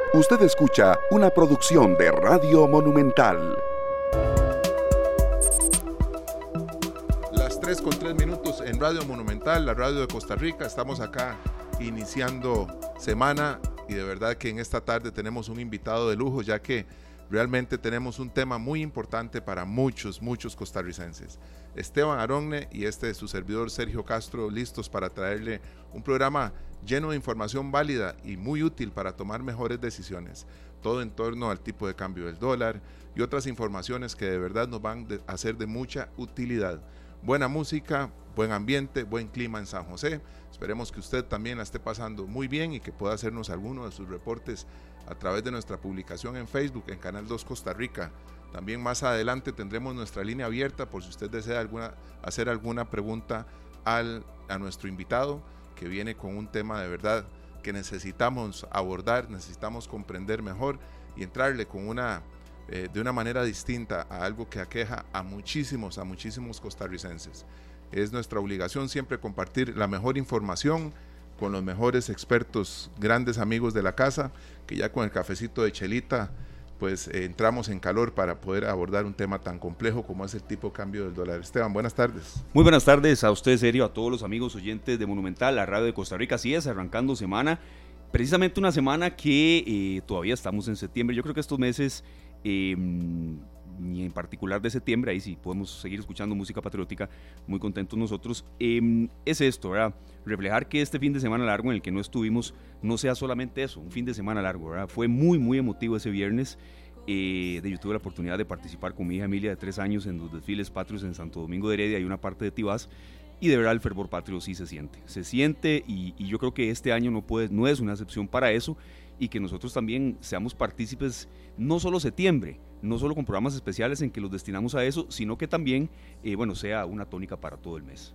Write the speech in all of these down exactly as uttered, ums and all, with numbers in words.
Usted escucha una producción de Radio Monumental. Las tres con tres minutos en Radio Monumental, la radio de Costa Rica. Estamos acá iniciando semana y de verdad que en esta tarde tenemos un invitado de lujo, ya que realmente tenemos un tema muy importante para muchos, muchos costarricenses. Esteban Aronne y este es su servidor Sergio Castro, listos para traerle un programa lleno de información válida y muy útil para tomar mejores decisiones. Todo en torno al tipo de cambio del dólar y otras informaciones que de verdad nos van a ser de mucha utilidad. Buena música, buen ambiente, buen clima en San José. Esperemos que usted también la esté pasando muy bien y que pueda hacernos alguno de sus reportes a través de nuestra publicación en Facebook, en Canal dos Costa Rica. También más adelante tendremos nuestra línea abierta por si usted desea alguna, hacer alguna pregunta al, a nuestro invitado, que viene con un tema de verdad que necesitamos abordar, necesitamos comprender mejor y entrarle con una, eh, de una manera distinta a algo que aqueja a muchísimos, a muchísimos costarricenses. Es nuestra obligación siempre compartir la mejor información con los mejores expertos, grandes amigos de la casa, que ya con el cafecito de chelita, pues eh, entramos en calor para poder abordar un tema tan complejo como es el tipo de cambio del dólar. Esteban, buenas tardes. Muy buenas tardes a usted, Sergio, a todos los amigos oyentes de Monumental, la radio de Costa Rica. Así es, arrancando semana, precisamente una semana que eh, todavía estamos en septiembre. Yo creo que estos meses, eh, y en particular de septiembre, ahí sí podemos seguir escuchando música patriótica, muy contentos nosotros. Eh, es esto, ¿verdad? Reflejar que este fin de semana largo en el que no estuvimos no sea solamente eso, un fin de semana largo, ¿verdad? Fue muy, muy emotivo ese viernes. Eh, de yo tuve la oportunidad de participar con mi hija Emilia de tres años en los desfiles patrios en Santo Domingo de Heredia y una parte de Tibás, y de verdad el fervor patrio sí se siente, se siente y, y yo creo que este año no, puede, no es una excepción para eso, y que nosotros también seamos partícipes, no solo septiembre, no solo con programas especiales en que los destinamos a eso, sino que también, eh, bueno, sea una tónica para todo el mes.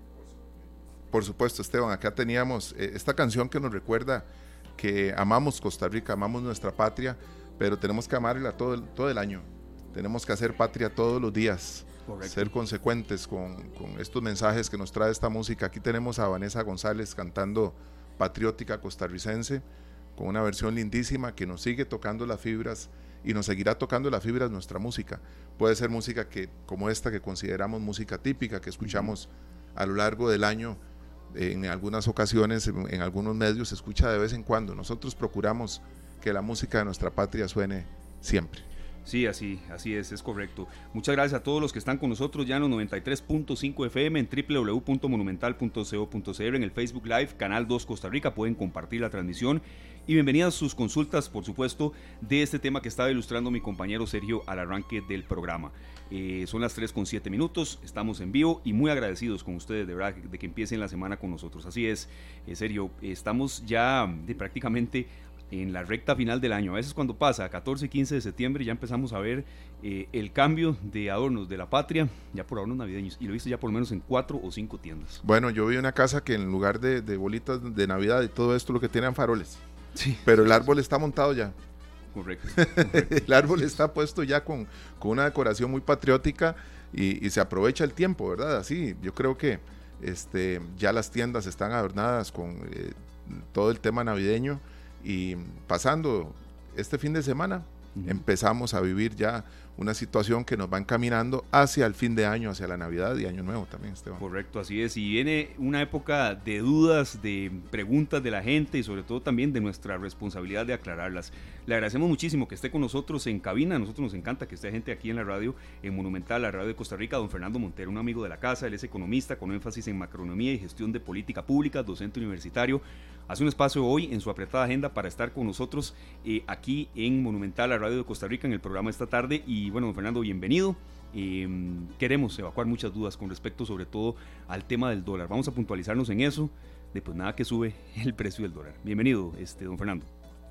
Por supuesto, Esteban, acá teníamos eh, esta canción que nos recuerda que amamos Costa Rica, amamos nuestra patria, pero tenemos que amarla todo el, todo el año. Tenemos que hacer patria todos los días. Correcto. Ser consecuentes con, con estos mensajes que nos trae esta música. Aquí tenemos a Vanessa González cantando Patriótica Costarricense, con una versión lindísima que nos sigue tocando las fibras y nos seguirá tocando las fibras nuestra música. Puede ser música que, como esta que consideramos música típica, que escuchamos uh-huh. a lo largo del año. En algunas ocasiones, en, en algunos medios se escucha de vez en cuando. Nosotros procuramos que la música de nuestra patria suene siempre. Sí, así, así es, es correcto. Muchas gracias a todos los que están con nosotros ya en los noventa y tres punto cinco F M, en doble u doble u doble u punto monumental punto co punto c r, en el Facebook Live, Canal dos Costa Rica, pueden compartir la transmisión. Y bienvenidas sus consultas, por supuesto, de este tema que estaba ilustrando mi compañero Sergio al arranque del programa. Eh, son las tres con siete minutos, estamos en vivo y muy agradecidos con ustedes, de verdad, de que empiecen la semana con nosotros. Así es, eh, Sergio, estamos ya de prácticamente en la recta final del año. A veces cuando pasa catorce, quince de septiembre ya empezamos a ver eh, el cambio de adornos de la patria, ya por adornos navideños, y lo he visto ya por lo menos en cuatro o cinco tiendas. Bueno, yo vi una casa que en lugar de, de bolitas de Navidad y todo esto, lo que tienen faroles. Sí. Pero el árbol está montado ya. Correcto. correcto. El árbol está puesto ya con, con una decoración muy patriótica y, y se aprovecha el tiempo, ¿verdad? Así, yo creo que este, ya las tiendas están adornadas con eh, todo el tema navideño. Y pasando este fin de semana, uh-huh. empezamos a vivir ya una situación que nos va encaminando hacia el fin de año, hacia la Navidad y Año Nuevo también, Esteban. Correcto, así es. Y viene una época de dudas, de preguntas de la gente y sobre todo también de nuestra responsabilidad de aclararlas. Le agradecemos muchísimo que esté con nosotros en cabina. A nosotros nos encanta que esté gente aquí en la radio, en Monumental, la radio de Costa Rica. Don Fernando Montero, un amigo de la casa, él es economista con énfasis en macroeconomía y gestión de política pública, docente universitario. Hace un espacio hoy en su apretada agenda para estar con nosotros eh, aquí en Monumental, la radio de Costa Rica, en el programa esta tarde. Y bueno, don Fernando, bienvenido. Eh, queremos evacuar muchas dudas con respecto sobre todo al tema del dólar. Vamos a puntualizarnos en eso, de pues nada que sube el precio del dólar. Bienvenido, este, don Fernando.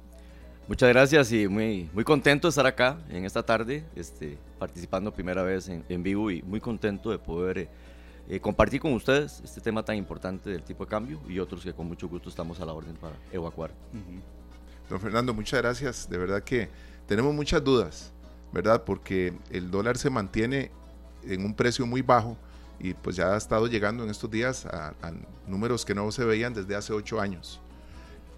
Muchas gracias y muy, muy contento de estar acá en esta tarde, este, participando primera vez en, en vivo y muy contento de poder... Eh, Eh, compartir con ustedes este tema tan importante del tipo de cambio y otros que con mucho gusto estamos a la orden para evacuar. Uh-huh. Don Fernando, muchas gracias. De verdad que tenemos muchas dudas, ¿verdad? Porque el dólar se mantiene en un precio muy bajo y pues ya ha estado llegando en estos días a, a números que no se veían desde hace ocho años.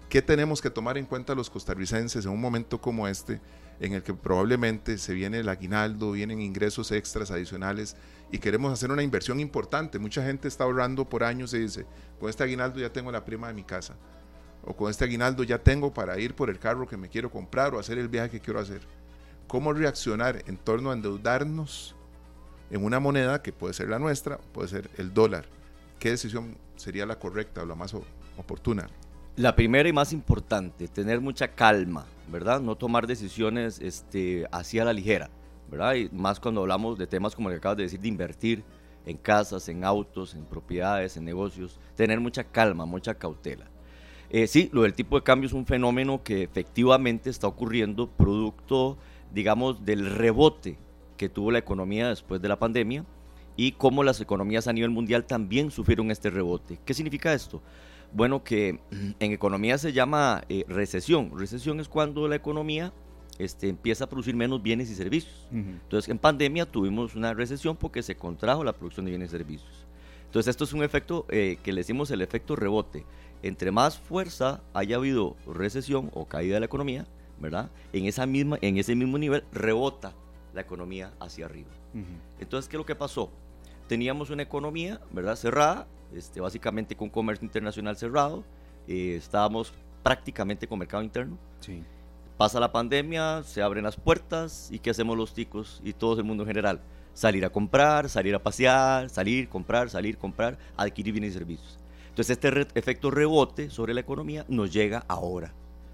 ¿Qué tenemos que tomar en cuenta los costarricenses en un momento como este, en el que probablemente se viene el aguinaldo, vienen ingresos extras adicionales y queremos hacer una inversión importante? Mucha gente está ahorrando por años y dice, con este aguinaldo ya tengo la prima de mi casa, o con este aguinaldo ya tengo para ir por el carro que me quiero comprar o hacer el viaje que quiero hacer. ¿Cómo reaccionar en torno a endeudarnos en una moneda que puede ser la nuestra, puede ser el dólar? ¿Qué decisión sería la correcta o la más oportuna? La primera y más importante, tener mucha calma, ¿verdad? No tomar decisiones este, así a la ligera, ¿verdad? Y más cuando hablamos de temas como el que acabas de decir, de invertir en casas, en autos, en propiedades, en negocios. Tener mucha calma, mucha cautela. Eh, sí, lo del tipo de cambio es un fenómeno que efectivamente está ocurriendo producto, digamos, del rebote que tuvo la economía después de la pandemia y cómo las economías a nivel mundial también sufrieron este rebote. ¿Qué significa esto? Bueno, que en economía se llama eh, recesión. Recesión es cuando la economía este, empieza a producir menos bienes y servicios. Uh-huh. Entonces, en pandemia tuvimos una recesión porque se contrajo la producción de bienes y servicios. Entonces, esto es un efecto eh, que le decimos el efecto rebote. Entre más fuerza haya habido recesión o caída de la economía, ¿verdad? En, esa misma, en ese mismo nivel rebota la economía hacia arriba. Uh-huh. Entonces, ¿qué es lo que pasó? Teníamos una economía, ¿verdad?, cerrada, este, básicamente con comercio internacional cerrado, eh, estábamos prácticamente con mercado interno. Sí. Pasa la pandemia, se abren las puertas, ¿y qué hacemos los ticos y todo el mundo en general? Salir a comprar, salir a pasear, salir, comprar, salir, comprar, adquirir bienes y servicios. Entonces este re- efecto rebote sobre la economía nos llega ahora.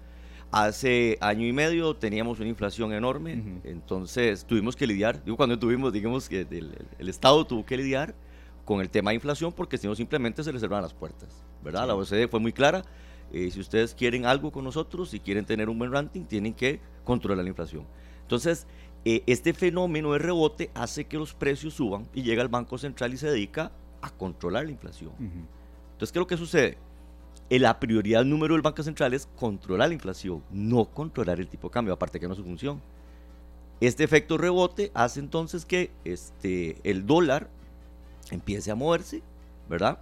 Hace año y medio teníamos una inflación enorme, uh-huh. entonces tuvimos que lidiar, digo cuando tuvimos, digamos que el, el Estado tuvo que lidiar con el tema de inflación porque si no simplemente se les cerraban las puertas, ¿verdad? Sí. La O E C D fue muy clara, eh, si ustedes quieren algo con nosotros, si quieren tener un buen ranking, tienen que controlar la inflación. Entonces, eh, este fenómeno de rebote hace que los precios suban y llega el Banco Central y se dedica a controlar la inflación. Uh-huh. Entonces, ¿qué es lo que sucede? La prioridad número del Banco Central es controlar la inflación, no controlar el tipo de cambio, aparte que no es su función. Este efecto rebote hace entonces que este, el dólar empiece a moverse, ¿verdad?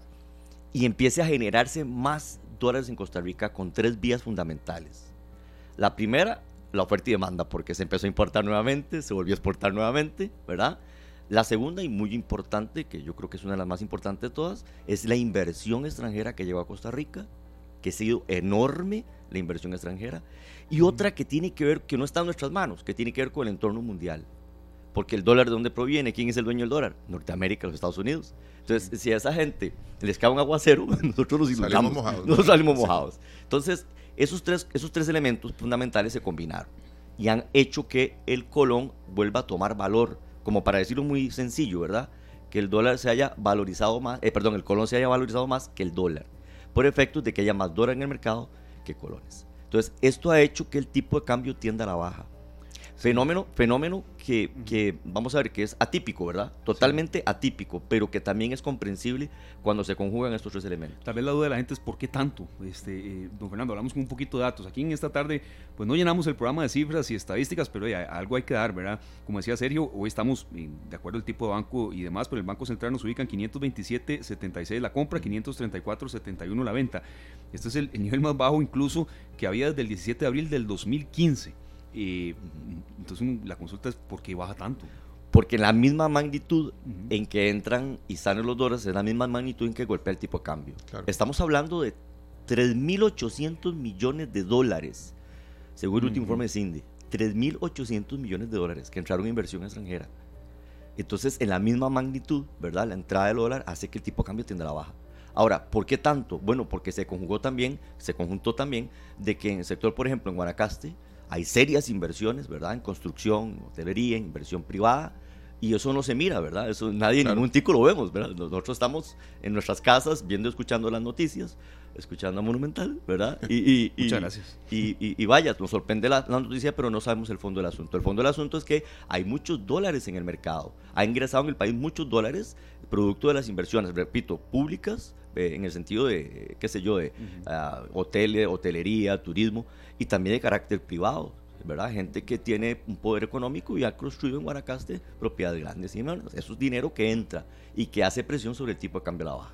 Y empiece a generarse más dólares en Costa Rica con tres vías fundamentales. La primera, la oferta y demanda, porque se empezó a importar nuevamente, se volvió a exportar nuevamente, ¿verdad? La segunda, y muy importante, que yo creo que es una de las más importantes de todas, es la inversión extranjera que llegó a Costa Rica, que ha sido enorme la inversión extranjera, y otra que tiene que ver, que no está en nuestras manos, que tiene que ver con el entorno mundial. Porque el dólar, ¿de dónde proviene? ¿Quién es el dueño del dólar? Norteamérica, los Estados Unidos. Entonces, si a esa gente les cae un aguacero, nosotros nos inundamos. Salimos mojados. Nosotros salimos mojados. Sí. Entonces, esos tres, esos tres elementos fundamentales se combinaron y han hecho que el colón vuelva a tomar valor, como para decirlo muy sencillo, ¿verdad? Que el dólar se haya valorizado más, eh, perdón, el colón se haya valorizado más que el dólar, por efectos de que haya más dólar en el mercado que colones. Entonces, esto ha hecho que el tipo de cambio tienda a la baja. Fenómeno, fenómeno que, que vamos a ver que es atípico, ¿verdad? Totalmente sí. atípico, pero que también es comprensible cuando se conjugan estos tres elementos. Tal vez la duda de la gente es ¿por qué tanto? Este, eh, don Fernando, hablamos con un poquito de datos. Aquí en esta tarde, pues no llenamos el programa de cifras y estadísticas, pero ya, algo hay que dar, ¿verdad? Como decía Sergio, hoy estamos eh, de acuerdo al tipo de banco y demás, pero el Banco Central nos ubica en quinientos veintisiete punto setenta y seis la compra, quinientos treinta y cuatro punto setenta y uno la venta. Este es el, el nivel más bajo incluso que había desde el diecisiete de abril del dos mil quince. Eh, entonces la consulta es ¿por qué baja tanto? Porque la misma magnitud uh-huh. en que entran y salen los dólares es la misma magnitud en que golpea el tipo de cambio. Claro. Estamos hablando de tres mil ochocientos millones de dólares, según el uh-huh. último informe de CINDE, tres mil ochocientos millones de dólares que entraron en inversión extranjera. Entonces, en la misma magnitud, ¿verdad? La entrada del dólar hace que el tipo de cambio tienda a la baja. Ahora, ¿por qué tanto? Bueno, porque se conjugó también, se conjuntó también de que en el sector, por ejemplo, en Guanacaste, hay serias inversiones, ¿verdad? En construcción, hotelería, inversión privada, y eso no se mira, ¿verdad? Eso nadie, claro. ningún tico lo vemos, ¿verdad? Nosotros estamos en nuestras casas viendo, escuchando las noticias, escuchando a Monumental, ¿verdad? Y, y, Muchas y, gracias. Y, y, y vaya, nos sorprende la, la noticia, pero no sabemos el fondo del asunto. El fondo del asunto es que hay muchos dólares en el mercado. Ha ingresado en el país muchos dólares producto de las inversiones, repito, públicas, eh, en el sentido de, qué sé yo, de uh-huh. uh, hoteles, hotelería, turismo, y también de carácter privado, ¿verdad? Gente que tiene un poder económico y ha construido en Guanacaste propiedades grandes y menores. Eso es dinero que entra y que hace presión sobre el tipo de cambio a la baja.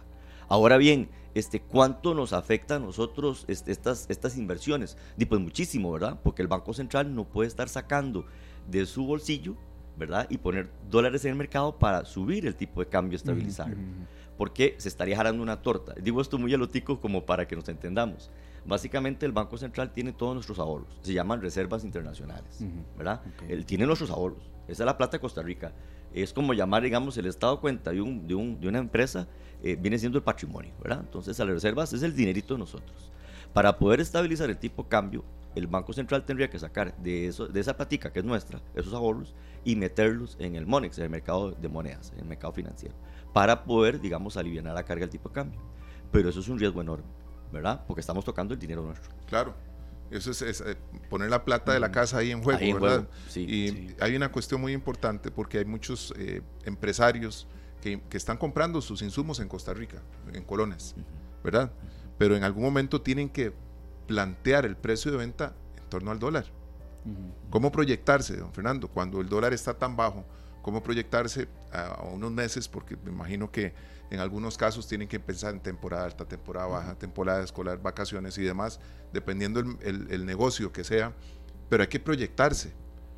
Ahora bien, este, ¿cuánto nos afecta a nosotros este, estas, estas inversiones? Y pues muchísimo, ¿verdad? Porque el Banco Central no puede estar sacando de su bolsillo, ¿verdad? Y poner dólares en el mercado para subir el tipo de cambio, estabilizarlo. Uh-huh. Porque se estaría jalando una torta. Digo esto muy alotico como para que nos entendamos. Básicamente el Banco Central tiene todos nuestros ahorros, se llaman reservas internacionales, uh-huh. ¿verdad? Okay. Él tiene nuestros ahorros, esa es la plata de Costa Rica. Es como llamar, digamos, el estado de cuenta de, un, de, un, de una empresa, eh, viene siendo el patrimonio, ¿verdad? Entonces, a las reservas es el dinerito de nosotros. Para poder estabilizar el tipo de cambio, el Banco Central tendría que sacar de, eso, de esa platica que es nuestra, esos ahorros, y meterlos en el MONEX, en el mercado de monedas, en el mercado financiero, para poder, digamos, aliviar la carga del tipo de cambio. Pero eso es un riesgo enorme, ¿verdad? Porque estamos tocando el dinero nuestro. Claro. Eso es, es eh, poner la plata de la casa ahí en juego, ahí en ¿verdad? Juego. Sí, y sí. Hay una cuestión muy importante porque hay muchos eh, empresarios que, que están comprando sus insumos en Costa Rica, en colones, uh-huh. ¿verdad? Pero en algún momento tienen que plantear el precio de venta en torno al dólar. Uh-huh. ¿Cómo proyectarse, don Fernando, cuando el dólar está tan bajo? ¿Cómo proyectarse a, a unos meses? Porque me imagino que en algunos casos tienen que pensar en temporada alta, temporada baja, temporada escolar, vacaciones y demás, dependiendo el, el, el negocio que sea, pero hay que proyectarse.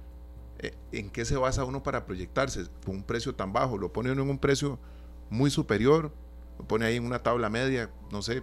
¿En qué se basa uno para proyectarse? Con un precio tan bajo, lo pone uno en un precio muy superior, lo pone ahí en una tabla media, no sé,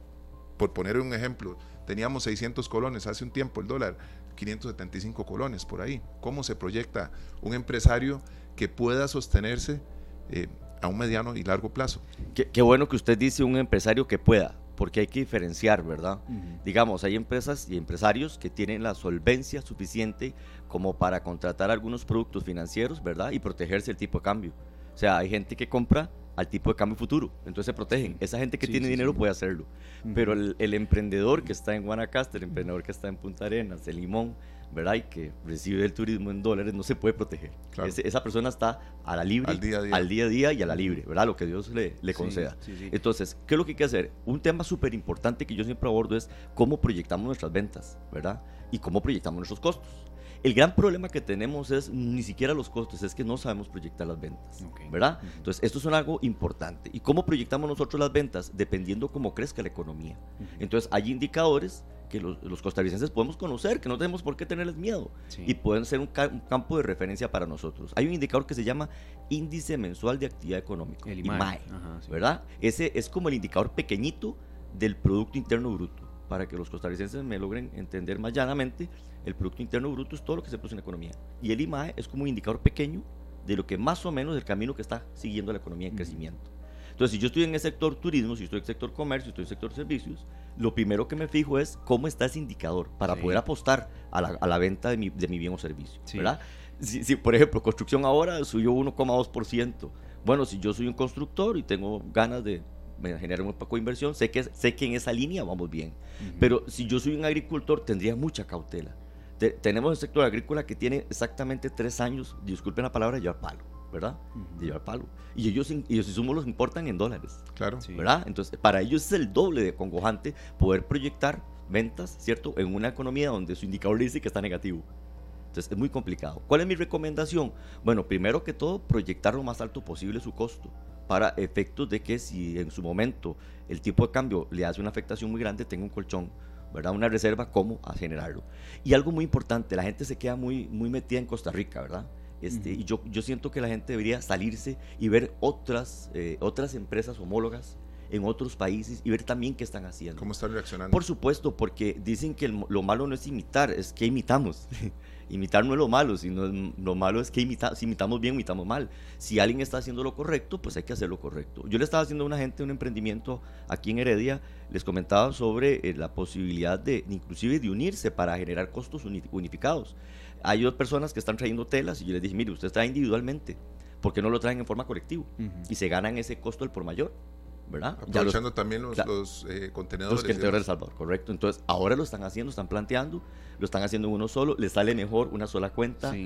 por poner un ejemplo, teníamos seiscientos colones hace un tiempo el dólar, quinientos setenta y cinco colones por ahí. ¿Cómo se proyecta un empresario que pueda sostenerse eh, a un mediano y largo plazo? Qué, qué bueno que usted dice un empresario que pueda, porque hay que diferenciar, ¿verdad? Uh-huh. Digamos, hay empresas y empresarios que tienen la solvencia suficiente como para contratar algunos productos financieros, ¿verdad? Y protegerse el tipo de cambio. O sea, hay gente que compra al tipo de cambio futuro, entonces se protegen. Esa gente que sí, tiene sí, dinero sí. puede hacerlo. Uh-huh. Pero el, el emprendedor que está en Guanacaste, el emprendedor que está en Punta Arenas, en Limón, ¿verdad? Y que recibe el turismo en dólares, no se puede proteger. Claro. Ese, esa persona está a la libre, al día a día, al día, a día y a la libre, ¿verdad? Lo que Dios le, le conceda. Sí, sí, sí. Entonces, ¿qué es lo que hay que hacer? Un tema súper importante que yo siempre abordo es cómo proyectamos nuestras ventas, ¿verdad? Y cómo proyectamos nuestros costos. El gran problema que tenemos es ni siquiera los costos, es que no sabemos proyectar las ventas, okay. ¿verdad? Uh-huh. Entonces, esto es algo importante. ¿Y cómo proyectamos nosotros las ventas? Dependiendo cómo crezca la economía. Uh-huh. Entonces, hay indicadores que los, los costarricenses podemos conocer, que no tenemos por qué tenerles miedo, sí. y pueden ser un, ca- un campo de referencia para nosotros. Hay un indicador que se llama Índice Mensual de Actividad Económica, el I M A E, I M A E. Ajá, sí. ¿verdad? Ese es como el indicador pequeñito del Producto Interno Bruto. Para que los costarricenses me logren entender más llanamente, el Producto Interno Bruto es todo lo que se produce en la economía. Y el I M A E es como un indicador pequeño de lo que más o menos el camino que está siguiendo la economía en crecimiento. Entonces, si yo estoy en el sector turismo, si estoy en el sector comercio, si estoy en el sector servicios, lo primero que me fijo es cómo está ese indicador para sí. poder apostar a la, a la venta de mi, de mi bien o servicio, sí. ¿verdad? Si, si, por ejemplo, construcción ahora subió uno coma dos por ciento. Bueno, si yo soy un constructor y tengo ganas de generar un poco de inversión, sé que, sé que en esa línea vamos bien. Uh-huh. Pero si yo soy un agricultor, tendría mucha cautela. Te, tenemos el sector agrícola que tiene exactamente tres años, disculpen la palabra, de llevar palo, ¿verdad? Uh-huh. De llevar palo. Y ellos, ellos insumos los importan en dólares. Claro. ¿Verdad? Entonces, para ellos es el doble de congojante poder proyectar ventas, ¿cierto? En una economía donde su indicador dice que está negativo. Entonces, es muy complicado. ¿Cuál es mi recomendación? Bueno, primero que todo, proyectar lo más alto posible su costo, para efectos de que si en su momento el tipo de cambio le hace una afectación muy grande, tenga un colchón, ¿verdad? Una reserva, cómo a generarlo. Y algo muy importante, la gente se queda muy, muy metida en Costa Rica, ¿verdad? Este, uh-huh. Y yo, yo siento que la gente debería salirse y ver otras, eh, otras empresas homólogas en otros países y ver también qué están haciendo. ¿Cómo están reaccionando? Por supuesto, porque dicen que el, lo malo no es imitar, es que imitamos. Imitar no es lo malo, sino lo malo es que imita, si imitamos bien, imitamos mal. Si alguien está haciendo lo correcto, pues hay que hacer lo correcto. Yo le estaba haciendo a una gente un emprendimiento aquí en Heredia, les comentaba sobre eh, la posibilidad de, inclusive, de unirse para generar costos unificados. Hay dos personas que están trayendo telas y yo les dije, mire, usted trae individualmente, ¿por qué no lo traen en forma colectiva? Uh-huh. Y se ganan ese costo del por mayor, ¿verdad? Aprovechando los, también los, claro, los eh, contenedores. Los contenedores de Salvador, correcto. Entonces, ahora lo están haciendo, están planteando, lo están haciendo uno solo, les sale mejor una sola cuenta. Sí.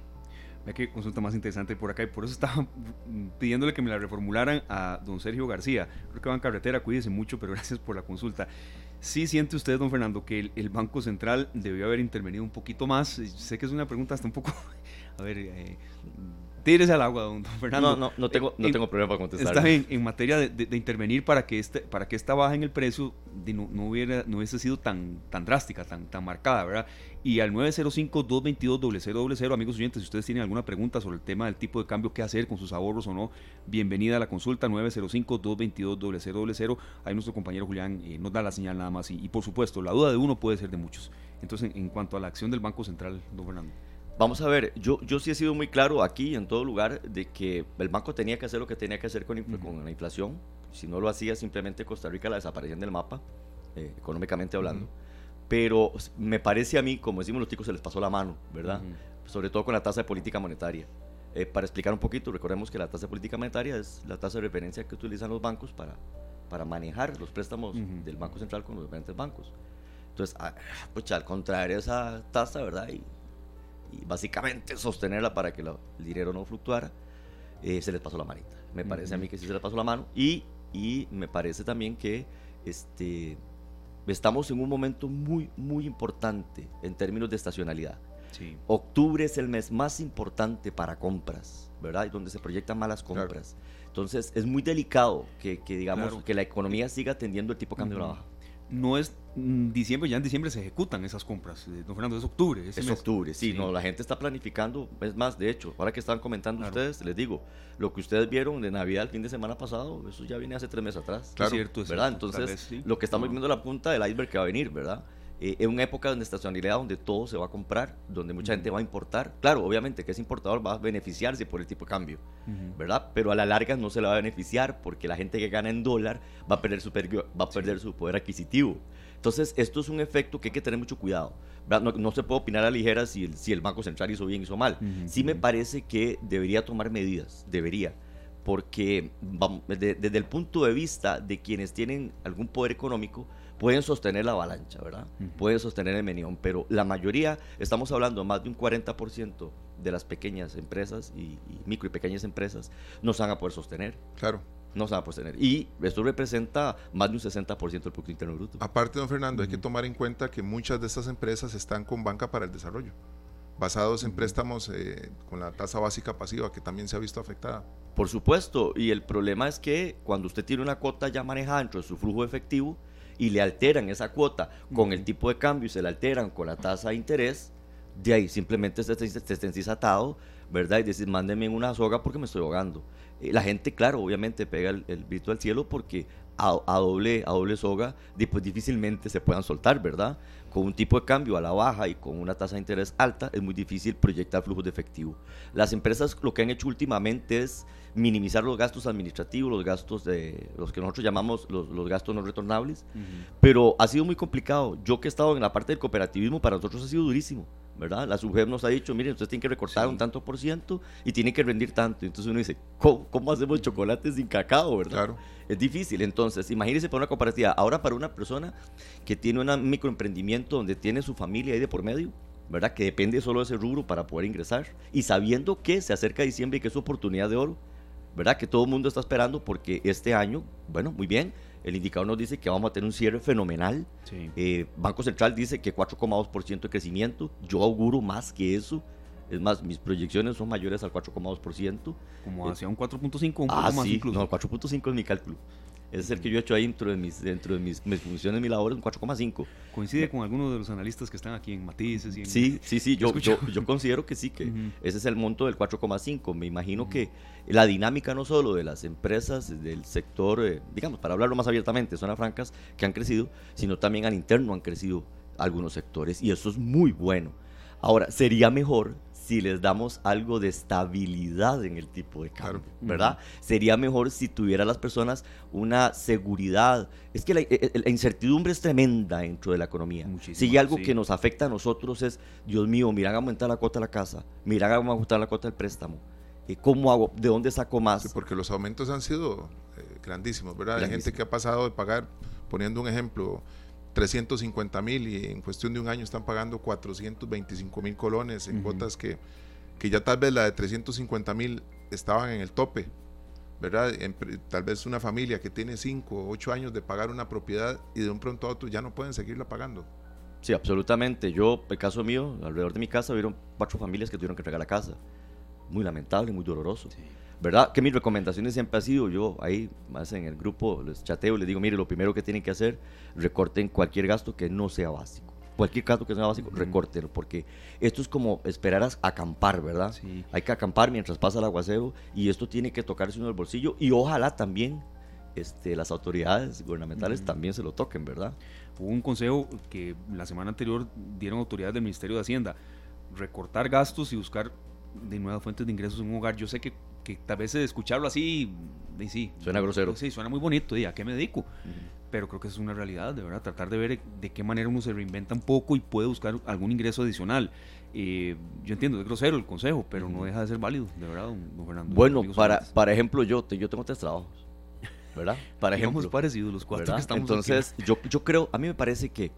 Vea qué consulta más interesante por acá, y por eso estaba pidiéndole que me la reformularan a don Sergio García. Creo que va en carretera, cuídese mucho, pero gracias por la consulta. ¿Sí siente usted, don Fernando, que el, el Banco Central debió haber intervenido un poquito más? Sé que es una pregunta hasta un poco, a ver, eh, tírese al agua, don, don Fernando. No, no, no tengo, no en, tengo problema para contestar. Está bien, en materia de, de, de intervenir para que, este, para que esta baja en el precio de no, no, hubiera, no hubiese sido tan, tan drástica, tan, tan marcada, ¿verdad? Y al nueve cero cinco, dos dos dos, cero cero cero cero, amigos oyentes, si ustedes tienen alguna pregunta sobre el tema del tipo de cambio, qué hacer con sus ahorros o no, bienvenida a la consulta, nueve cero cinco, dos dos dos, cero cero cero cero. Ahí nuestro compañero Julián eh, nos da la señal nada más. Y, y por supuesto, la duda de uno puede ser de muchos. Entonces, en, en cuanto a la acción del Banco Central, don Fernando. Vamos a ver, yo, yo sí he sido muy claro aquí en todo lugar de que el banco tenía que hacer lo que tenía que hacer con, infl- uh-huh. con la inflación. Si no lo hacía, simplemente Costa Rica la desaparecía del mapa, eh, económicamente hablando. Uh-huh. Pero me parece a mí, como decimos los ticos, se les pasó la mano, ¿verdad? Uh-huh. Sobre todo con la tasa de política monetaria. Eh, para explicar un poquito, recordemos que la tasa de política monetaria es la tasa de referencia que utilizan los bancos para, para manejar los préstamos uh-huh. del Banco Central con los diferentes bancos. Entonces, ah, pucha, al contraer esa tasa, ¿verdad? Y, y básicamente sostenerla para que lo, el dinero no fluctuara, eh, se les pasó la manita. Me parece uh-huh. a mí que sí se les pasó la mano y, y me parece también que este, estamos en un momento muy, muy importante en términos de estacionalidad. Sí. Octubre es el mes más importante para compras, ¿verdad? Y donde se proyectan malas compras. Claro. Entonces, es muy delicado que, que digamos, claro. que la economía siga tendiendo el tipo de cambio uh-huh. a la baja. No es mm, diciembre, ya en diciembre se ejecutan esas compras, eh, don Fernando, es octubre. Es mes. octubre, sí, sí, no, la gente está planificando, es más, de hecho, ahora que estaban comentando claro. ustedes, les digo, lo que ustedes vieron de Navidad el fin de semana pasado, eso ya viene hace tres meses atrás. Claro, es cierto, es ¿verdad? Cierto, Entonces, vez, sí. lo que estamos no. viendo es la punta del iceberg que va a venir, ¿verdad? Eh, en una época de estacionalidad donde todo se va a comprar, donde mucha uh-huh. gente va a importar. Claro, obviamente que ese importador va a beneficiarse por el tipo de cambio, uh-huh. ¿verdad? Pero a la larga no se le va a beneficiar porque la gente que gana en dólar va a perder su, per- va a perder sí. su poder adquisitivo. Entonces, esto es un efecto que hay que tener mucho cuidado. No, no se puede opinar a la ligera si el, si el Banco Central hizo bien o hizo mal. Uh-huh. Sí me parece que debería tomar medidas, debería. Porque vamos, de, desde el punto de vista de quienes tienen algún poder económico, pueden sostener la avalancha, ¿verdad? Uh-huh. Pueden sostener el menión, pero la mayoría, estamos hablando más de un cuarenta por ciento de las pequeñas empresas y, y micro y pequeñas empresas no se van a poder sostener. Claro. No se van a poder sostener. Y esto representa más de un sesenta por ciento del Producto Interno Bruto. Aparte, don Fernando, uh-huh. hay que tomar en cuenta que muchas de estas empresas están con Banca para el Desarrollo, basados en préstamos eh, con la tasa básica pasiva, que también se ha visto afectada. Por supuesto, y el problema es que cuando usted tiene una cuota ya manejada dentro de su flujo efectivo y le alteran esa cuota con el tipo de cambio y se la alteran con la tasa de interés, de ahí simplemente se está desatado, ¿verdad? Y decir, mándenme una soga porque me estoy ahogando. Eh, la gente, claro, obviamente pega el, el grito al cielo porque a, a, doble, a doble soga pues difícilmente se puedan soltar, ¿verdad? Con un tipo de cambio a la baja y con una tasa de interés alta es muy difícil proyectar flujos de efectivo. Las empresas lo que han hecho últimamente es minimizar los gastos administrativos, los gastos de los que nosotros llamamos los, los gastos no retornables, uh-huh. pero ha sido muy complicado. Yo que he estado en la parte del cooperativismo, para nosotros ha sido durísimo, ¿verdad? La SUGEP nos ha dicho, miren, ustedes tienen que recortar sí. un tanto por ciento y tienen que rendir tanto. Entonces uno dice, ¿cómo, cómo hacemos chocolate sin cacao, verdad? Claro. Es difícil. Entonces, imagínense para una cooperativa, ahora para una persona que tiene un microemprendimiento donde tiene su familia ahí de por medio, ¿verdad? Que depende solo de ese rubro para poder ingresar y sabiendo que se acerca diciembre y que es su oportunidad de oro, ¿verdad? Que todo el mundo está esperando porque este año, bueno, muy bien, el indicador nos dice que vamos a tener un cierre fenomenal. Sí. Eh, Banco Central dice que cuatro coma dos por ciento de crecimiento, yo auguro más que eso. Es más, mis proyecciones son mayores al cuatro coma dos por ciento. Como hacia un cuatro punto cinco, un poco ah, más sí, incluso. No, cuatro punto cinco es mi cálculo. Ese es el que yo he hecho ahí dentro de mis, dentro de mis, mis funciones, mis labores, un cuatro coma cinco. ¿Coincide con algunos de los analistas que están aquí en Matices? Y en... Sí, sí, sí, yo, yo, yo considero que sí, que uh-huh. ese es el monto del cuatro coma cinco. Me imagino uh-huh. que la dinámica no solo de las empresas del sector, eh, digamos, para hablarlo más abiertamente, zonas francas que han crecido, sino también al interno han crecido algunos sectores y eso es muy bueno. Ahora, sería mejor si les damos algo de estabilidad en el tipo de cambio, claro. ¿verdad? Uh-huh. Sería mejor si tuvieran las personas una seguridad. Es que la, la incertidumbre es tremenda dentro de la economía. Muchísimo, si hay algo sí. que nos afecta a nosotros es, Dios mío, miran a aumentar la cuota de la casa, miran a aumentar la cuota del préstamo. ¿Cómo hago? ¿De dónde saco más? Sí, porque los aumentos han sido eh, grandísimos, ¿verdad? Grandísimo. Hay gente que ha pasado de pagar, poniendo un ejemplo, trescientos cincuenta mil y en cuestión de un año están pagando cuatrocientos veinticinco mil colones en uh-huh. cuotas que, que ya tal vez la de trescientos cincuenta mil estaban en el tope, ¿verdad? En, tal vez una familia que tiene cinco o ocho años de pagar una propiedad y de un pronto a otro ya no pueden seguirla pagando. Sí, absolutamente. Yo, el caso mío, alrededor de mi casa, hubieron cuatro familias que tuvieron que entregar la casa, muy lamentable, muy doloroso. Sí. ¿Verdad? Que mis recomendaciones siempre han sido, yo ahí más en el grupo les chateo, les digo, mire, lo primero que tienen que hacer, recorten cualquier gasto que no sea básico. Cualquier gasto que no sea básico, uh-huh. recórtenlo, porque esto es como esperar a acampar, ¿verdad? Sí. Hay que acampar mientras pasa el aguacero y esto tiene que tocarse uno el bolsillo y ojalá también este, las autoridades gubernamentales uh-huh. también se lo toquen, ¿verdad? Hubo un consejo que la semana anterior dieron autoridades del Ministerio de Hacienda, recortar gastos y buscar de nuevas fuentes de ingresos en un hogar. Yo sé que que tal vez escucharlo así, y sí, suena grosero. Sí, suena muy bonito, y ¿a qué me dedico? Uh-huh. Pero creo que es una realidad, de verdad, tratar de ver de qué manera uno se reinventa un poco y puede buscar algún ingreso adicional. Eh, yo entiendo, es grosero el consejo, pero uh-huh. no deja de ser válido, de verdad, don Fernando. Bueno, para, para ejemplo, yo, te, yo tengo tres trabajos, ¿verdad? Para ejemplo. Somos parecidos los cuatro, ¿verdad? Que estamos Entonces, aquí. Yo, yo creo, a mí me parece que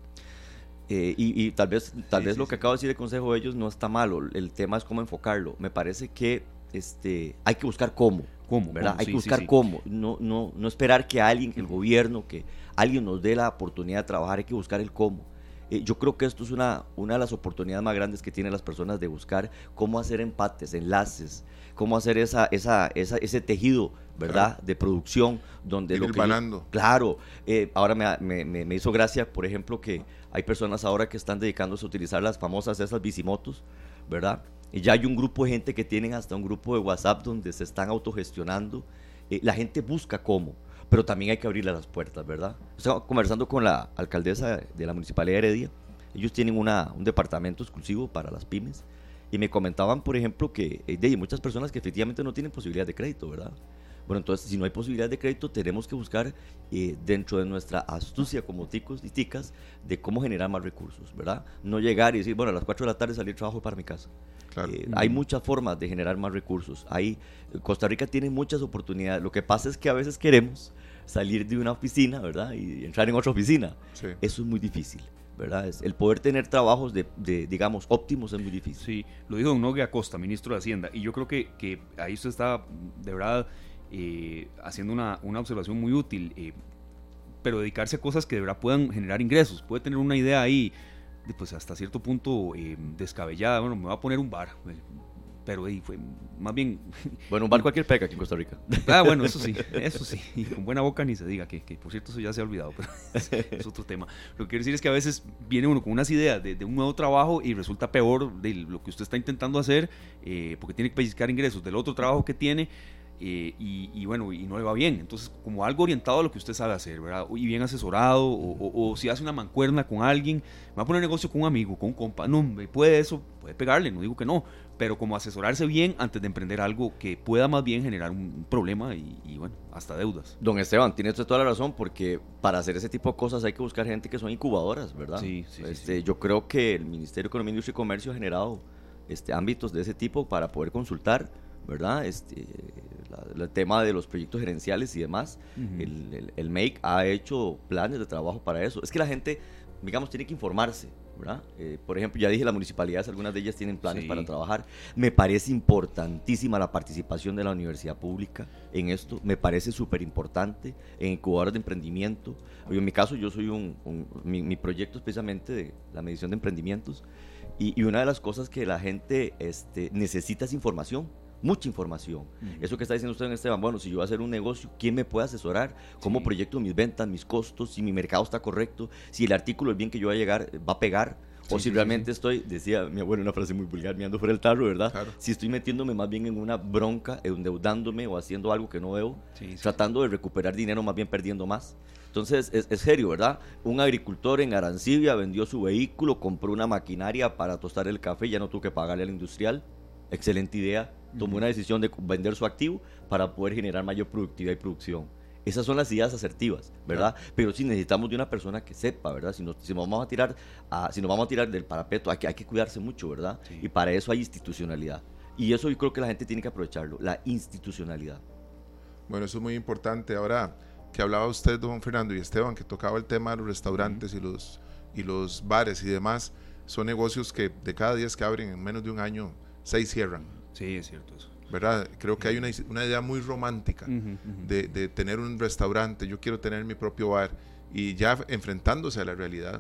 Eh, y, y tal vez, tal sí, vez sí, lo que sí. acabo de decir de consejo de ellos no está malo, el tema es cómo enfocarlo. Me parece que este, hay que buscar cómo, ¿Cómo? ¿verdad? ¿Cómo? Hay Sí, que buscar sí, sí. cómo, no, no, no esperar que alguien, el gobierno, que alguien nos dé la oportunidad de trabajar, hay que buscar el cómo. Eh, yo creo que esto es una, una de las oportunidades más grandes que tienen las personas de buscar cómo hacer empates, enlaces, cómo hacer esa, esa, esa, ese tejido, ¿verdad? Claro. De producción, donde Ir lo que ganando. Yo, claro, eh, ahora me, me, me hizo gracia, por ejemplo, que hay personas ahora que están dedicándose a utilizar las famosas esas bicimotos, ¿verdad? Y ya hay un grupo de gente que tienen hasta un grupo de WhatsApp donde se están autogestionando. Eh, la gente busca cómo, pero también hay que abrirle las puertas, ¿verdad? Estaba conversando con la alcaldesa de la Municipalidad de Heredia. Ellos tienen una, un departamento exclusivo para las pymes y me comentaban, por ejemplo, que eh, hay muchas personas que efectivamente no tienen posibilidad de crédito, ¿verdad? Bueno, entonces, si no hay posibilidad de crédito, tenemos que buscar eh, dentro de nuestra astucia como ticos y ticas de cómo generar más recursos, ¿verdad? No llegar y decir, bueno, a las cuatro de la tarde salir trabajo para mi casa. Claro. Eh, mm. Hay muchas formas de generar más recursos. Hay, Costa Rica tiene muchas oportunidades. Lo que pasa es que a veces queremos salir de una oficina, ¿verdad? Y entrar en otra oficina. Sí. Eso es muy difícil, ¿verdad? Es, el poder tener trabajos de, de, digamos, óptimos es muy difícil. Sí, lo dijo don Nogue Acosta, ministro de Hacienda, y yo creo que, que ahí usted está, de verdad, eh, haciendo una, una observación muy útil, eh, pero dedicarse a cosas que de verdad puedan generar ingresos. Puede tener una idea ahí, de, pues hasta cierto punto eh, descabellada, bueno, me voy a poner un bar, pero ahí fue más bien... Bueno, un bar cualquier pega aquí en Costa Rica. Ah, bueno, eso sí, eso sí, y con buena boca ni se diga, que, que por cierto eso ya se ha olvidado, pero es, es otro tema. Lo que quiero decir es que a veces viene uno con unas ideas de, de un nuevo trabajo y resulta peor de lo que usted está intentando hacer, eh, porque tiene que pellizcar ingresos del otro trabajo que tiene, eh, y, y bueno, y no le va bien. Entonces, como algo orientado a lo que usted sabe hacer, ¿verdad? Y bien asesorado, o, o, o si hace una mancuerna con alguien, me va a poner negocio con un amigo, con un compa, no, puede eso, puede pegarle, no digo que no, pero como asesorarse bien antes de emprender algo que pueda más bien generar un problema y, y bueno, hasta deudas. Don Esteban, tiene usted toda la razón, porque para hacer ese tipo de cosas hay que buscar gente que son incubadoras, ¿verdad? Sí, sí, este, sí. Yo creo que el Ministerio de Economía, Industria y Comercio ha generado este, ámbitos de ese tipo para poder consultar, ¿verdad? Este, la, el tema de los proyectos gerenciales y demás. Uh-huh. el, el, el M A C ha hecho planes de trabajo para eso. Es que la gente, digamos, tiene que informarse, ¿verdad? Eh, por ejemplo, ya dije, las municipalidades, algunas de ellas tienen planes sí. para trabajar. Me parece importantísima la participación de la universidad pública en esto. Me parece súper importante en incubadores de emprendimiento. En mi caso, yo soy un, un mi, mi proyecto es precisamente de la medición de emprendimientos. Y, y una de las cosas que la gente este, necesita es información. Mucha información. Uh-huh. Eso que está diciendo usted, Esteban, bueno, si yo voy a hacer un negocio, ¿quién me puede asesorar? ¿Cómo sí. proyecto mis ventas, mis costos? Si mi mercado está correcto, si el artículo, el bien que yo voy a llegar, va a pegar, sí, o si sí, realmente sí. estoy, decía mi abuelo una frase muy vulgar, me ando fuera del tarro, ¿verdad? Claro. Si estoy metiéndome más bien en una bronca, endeudándome o haciendo algo que no veo, sí, sí. tratando de recuperar dinero, más bien perdiendo más. Entonces, es, es serio, ¿verdad? Un agricultor en Arancibia vendió su vehículo, compró una maquinaria para tostar el café, ya no tuvo que pagarle al industrial. Excelente idea. Tomó una decisión de vender su activo para poder generar mayor productividad y producción. Esas son las ideas asertivas, ¿verdad? Claro. Pero sí necesitamos de una persona que sepa, ¿verdad? Si nos, si nos vamos a tirar a, si nos vamos a tirar del parapeto, hay que, hay que cuidarse mucho, ¿verdad? Sí. Y para eso hay institucionalidad. Y eso yo creo que la gente tiene que aprovecharlo, la institucionalidad. Bueno, eso es muy importante. Ahora que hablaba usted, don Fernando y Esteban, que tocaba el tema de los restaurantes uh-huh. y, los, y los bares y demás, son negocios que de cada diez que abren en menos de un año, seis cierran. Sí, es cierto eso. ¿Verdad? Creo que hay una, una idea muy romántica uh-huh, uh-huh. De, de tener un restaurante, yo quiero tener mi propio bar, y ya enfrentándose a la realidad,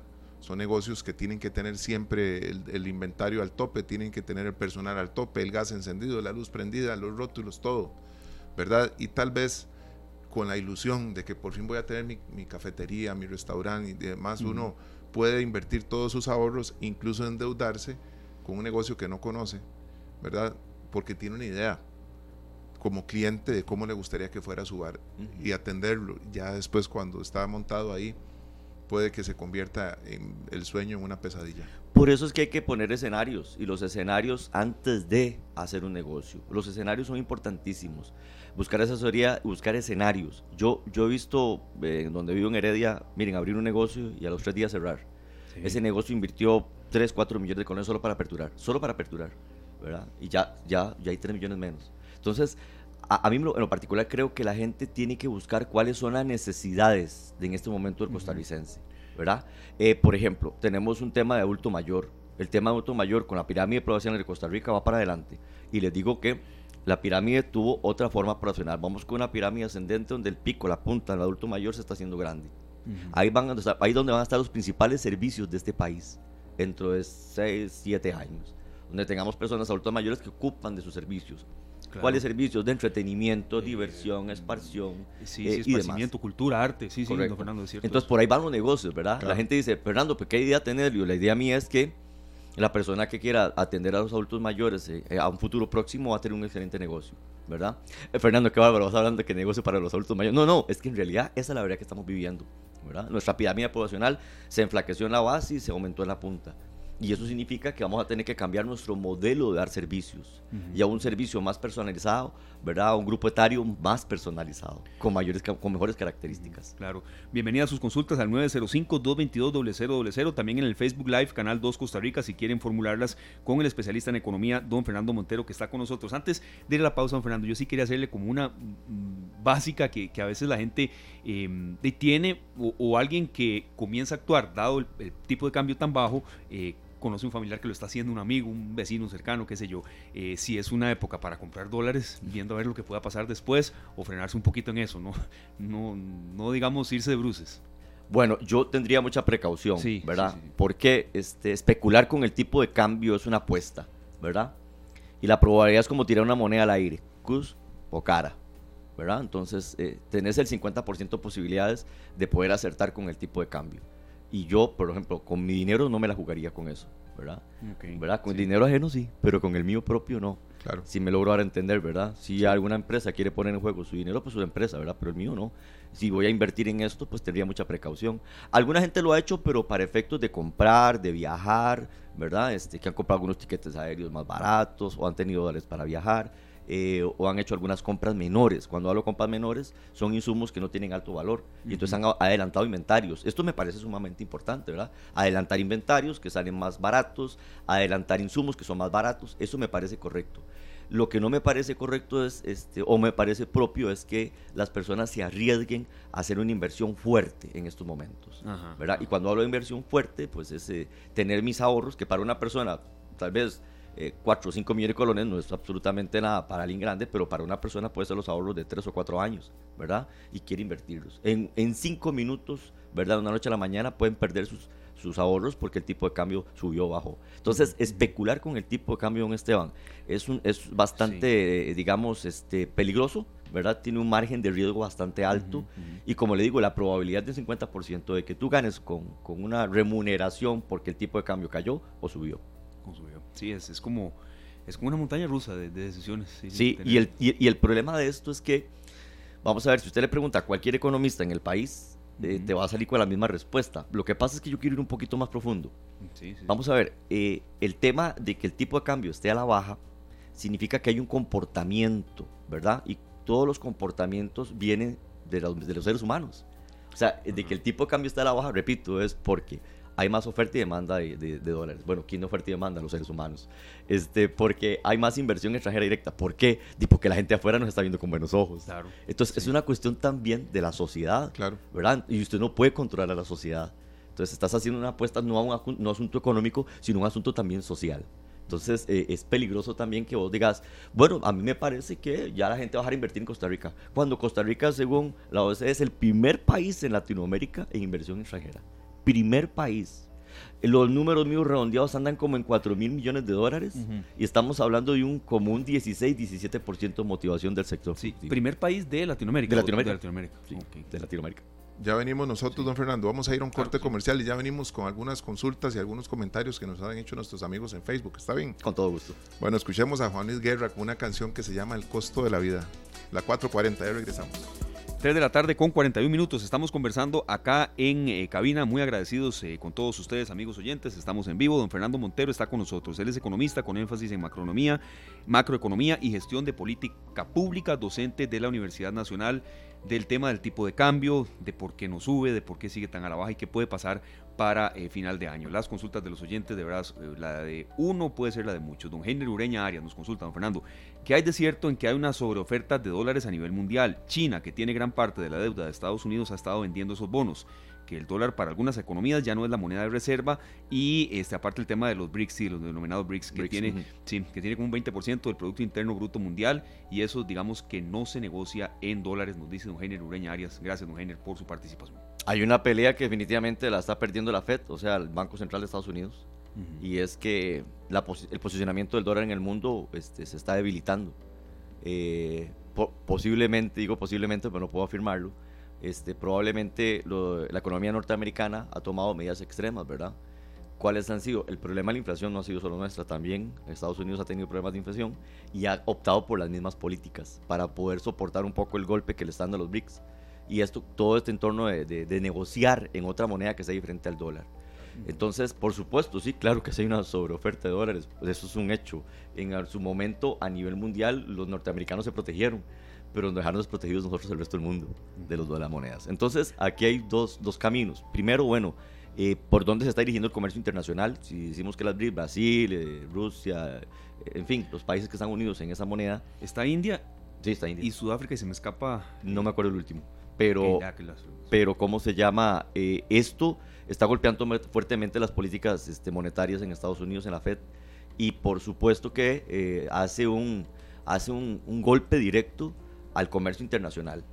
Son negocios que tienen que tener siempre el, el inventario al tope, tienen que tener el personal al tope, el gas encendido, la luz prendida, los rótulos, todo, ¿verdad? Y tal vez con la ilusión de que por fin voy a tener mi, mi cafetería, mi restaurante y demás, uh-huh. uno puede invertir todos sus ahorros, incluso endeudarse con un negocio que no conoce, ¿verdad? Porque tiene una idea como cliente de cómo le gustaría que fuera su bar uh-huh. y atenderlo. Ya después, cuando está montado ahí, puede que se convierta en el sueño en una pesadilla. Por eso es que hay que poner escenarios, y los escenarios antes de hacer un negocio. Los escenarios son importantísimos. Buscar asesoría, buscar escenarios. Yo, yo he visto, eh, donde vivo en Heredia, miren, abrir un negocio y a los tres días cerrar. Sí. Ese negocio invirtió tres, cuatro millones de colones solo para aperturar, solo para aperturar, ¿verdad? Y ya, ya, ya hay tres millones menos. Entonces, a, a mí en lo particular creo que la gente tiene que buscar cuáles son las necesidades de en este momento del costarricense, ¿verdad? Eh, por ejemplo, tenemos un tema de adulto mayor. El tema de adulto mayor con la pirámide poblacional de Costa Rica va para adelante. Y les digo que la pirámide tuvo otra forma poblacional. Vamos con una pirámide ascendente donde el pico, la punta, el adulto mayor se está haciendo grande. Uh-huh. Ahí van a estar, ahí donde van a estar los principales servicios de este país dentro de seis, siete años. Donde tengamos personas adultos mayores que ocupan de sus servicios. Claro. ¿Cuáles servicios? De entretenimiento, eh, diversión, esparción, sí, eh, sí, esparcimiento, cultura, arte, sí, sí, don Fernando, es cierto. Entonces, por ahí van los negocios, ¿verdad? Claro. La gente dice, Fernando, ¿pero qué idea tener? Yo, la idea mía es que la persona que quiera atender a los adultos mayores eh, a un futuro próximo va a tener un excelente negocio, ¿verdad? Eh, Fernando, qué bárbaro, vas hablando de que negocio para los adultos mayores. No, no, es que en realidad esa es la verdad que estamos viviendo, ¿verdad? Nuestra pirámide poblacional se enflaqueció en la base y se aumentó en la punta. Y eso significa que vamos a tener que cambiar nuestro modelo de dar servicios uh-huh. y a un servicio más personalizado, ¿verdad? A un grupo etario más personalizado, con mayores, con mejores características. Claro. Bienvenida a sus consultas al nueve cero cinco, dos dos dos, cero cero cero cero, también en el Facebook Live, Canal dos Costa Rica, si quieren formularlas con el especialista en economía, don Fernando Montero, que está con nosotros. Antes de ir a la pausa, don Fernando, yo sí quería hacerle como una mm, básica que, que a veces la gente eh, tiene o, o alguien que comienza a actuar, dado el, el tipo de cambio tan bajo, eh, conoce un familiar que lo está haciendo, un amigo, un vecino, un cercano, qué sé yo, eh, si es una época para comprar dólares, viendo a ver lo que pueda pasar después, o frenarse un poquito en eso, no, no, no digamos irse de bruces. Bueno, yo tendría mucha precaución, sí, ¿verdad? Sí, sí. Porque este, especular con el tipo de cambio es una apuesta, ¿verdad? Y la probabilidad es como tirar una moneda al aire, cruz o cara, ¿verdad? Entonces, eh, tenés el cincuenta por ciento de posibilidades de poder acertar con el tipo de cambio. Y yo, por ejemplo, con mi dinero no me la jugaría con eso, ¿verdad? Okay, ¿verdad? Con sí. dinero ajeno sí, pero con el mío propio no. Claro. Si me logro dar a entender, ¿verdad? Si sí. alguna empresa quiere poner en juego su dinero, pues su empresa, ¿verdad? Pero el mío no. Si voy a invertir en esto, pues tendría mucha precaución. Alguna gente lo ha hecho, pero para efectos de comprar, de viajar, ¿verdad? Este, que han comprado algunos tiquetes aéreos más baratos o han tenido dólares para viajar. Eh, o han hecho algunas compras menores. Cuando hablo de compras menores, son insumos que no tienen alto valor y uh-huh. entonces han adelantado inventarios. Esto me parece sumamente importante, ¿verdad? Adelantar inventarios que salen más baratos, adelantar insumos que son más baratos, eso me parece correcto. Lo que no me parece correcto es, este, o me parece propio, es que las personas se arriesguen a hacer una inversión fuerte en estos momentos, uh-huh. ¿verdad? Y cuando hablo de inversión fuerte, pues es eh, tener mis ahorros, que para una persona tal vez Eh, cuatro o cinco millones de colones no es absolutamente nada para alguien grande, pero para una persona puede ser los ahorros de tres o cuatro años, ¿verdad? Y quiere invertirlos. En, en cinco minutos, ¿verdad? Una noche a la mañana pueden perder sus, sus ahorros porque el tipo de cambio subió o bajó. Entonces, especular con el tipo de cambio, don Esteban, es, un, es bastante, sí. eh, digamos, este, peligroso, ¿verdad? Tiene un margen de riesgo bastante alto uh-huh, uh-huh. y como le digo, la probabilidad del cincuenta por ciento de que tú ganes con, con una remuneración porque el tipo de cambio cayó o subió. Sí, es, es como es como una montaña rusa de, de decisiones. Sí, sí y, el, y, y el problema de esto es que, vamos a ver, si usted le pregunta a cualquier economista en el país, uh-huh. eh, te va a salir con la misma respuesta. Lo que pasa es que yo quiero ir un poquito más profundo. Sí, sí. Vamos a ver, eh, el tema de que el tipo de cambio esté a la baja significa que hay un comportamiento, ¿verdad? Y todos los comportamientos vienen de los, de los seres humanos. O sea, uh-huh. de que el tipo de cambio esté a la baja, repito, es porque hay más oferta y demanda de, de, de dólares. Bueno, ¿quién no oferta y demanda? Los seres humanos. Este, porque hay más inversión extranjera directa. ¿Por qué? Porque la gente afuera nos está viendo con buenos ojos. Claro. Entonces, sí. es una cuestión también de la sociedad, claro. ¿verdad? Y usted no puede controlar a la sociedad. Entonces, estás haciendo una apuesta no a un no asunto económico, sino a un asunto también social. Entonces, eh, es peligroso también que vos digas, bueno, a mí me parece que ya la gente va a dejar de invertir en Costa Rica. Cuando Costa Rica, según la O E C D, es el primer país en Latinoamérica en inversión extranjera. Primer país. Los números míos redondeados andan como en cuatro mil millones de dólares uh-huh. y estamos hablando de un como un dieciséis, diecisiete por ciento de motivación del sector. Sí, primer país de Latinoamérica. De Latinoamérica. De Latinoamérica. Sí, okay. de Latinoamérica. Ya venimos nosotros, sí. don Fernando, vamos a ir a un corte claro, comercial sí. y ya venimos con algunas consultas y algunos comentarios que nos han hecho nuestros amigos en Facebook. ¿Está bien? Con todo gusto. Bueno, escuchemos a Juan Luis Guerra con una canción que se llama El costo de la vida. La cuatro cuarenta, ya regresamos. tres de la tarde con cuarenta y un minutos, estamos conversando acá en eh, cabina, muy agradecidos eh, con todos ustedes, amigos oyentes, estamos en vivo. Don Fernando Montero está con nosotros, él es economista con énfasis en macroeconomía, macroeconomía y gestión de política pública, docente de la Universidad Nacional, del tema del tipo de cambio, de por qué no sube, de por qué sigue tan a la baja y qué puede pasar para eh, final de año. Las consultas de los oyentes, de verdad, eh, la de uno puede ser la de muchos. Don Henry Ureña Arias nos consulta, don Fernando, ¿qué hay de cierto en que hay una sobreoferta de dólares a nivel mundial? China, que tiene gran parte de la deuda de Estados Unidos, ha estado vendiendo esos bonos, que el dólar para algunas economías ya no es la moneda de reserva, y este, aparte el tema de los BRICS, sí, los denominados BRICS, que, BRICS, tiene, uh-huh. sí, que tiene como un veinte por ciento del Producto Interno Bruto Mundial, y eso digamos que no se negocia en dólares, nos dice don Heiner Ureña Arias. Gracias, don Heiner, por su participación. Hay una pelea que definitivamente la está perdiendo la Fed, o sea, el Banco Central de Estados Unidos, uh-huh. y es que la, el posicionamiento del dólar en el mundo este, se está debilitando. Eh, po- posiblemente, digo posiblemente, pero no puedo afirmarlo, Este, probablemente lo, la economía norteamericana ha tomado medidas extremas, ¿verdad? ¿Cuáles han sido? El problema de la inflación no ha sido solo nuestra, también Estados Unidos ha tenido problemas de inflación y ha optado por las mismas políticas para poder soportar un poco el golpe que le están dando los BRICS. Y esto, todo este entorno de, de, de negociar en otra moneda que sea diferente al dólar. Entonces, por supuesto, sí, claro que sí hay una sobreoferta de dólares, eso es un hecho. En su momento, a nivel mundial, los norteamericanos se protegieron, pero nos dejaron desprotegidos nosotros el resto del mundo de los de las monedas. Entonces, aquí hay dos, dos caminos. Primero, bueno, eh, por dónde se está dirigiendo el comercio internacional. Si decimos que las BRICS, Brasil, eh, Rusia, eh, en fin, los países que están unidos en esa moneda. ¿Está India? Sí, está India. Y Sudáfrica, y se me escapa. No me acuerdo el último. Pero, pero ¿cómo se llama? Eh, esto está golpeando fuertemente las políticas este, monetarias en Estados Unidos, en la Fed, y por supuesto que eh, hace, un, hace un, un golpe directo al comercio internacional.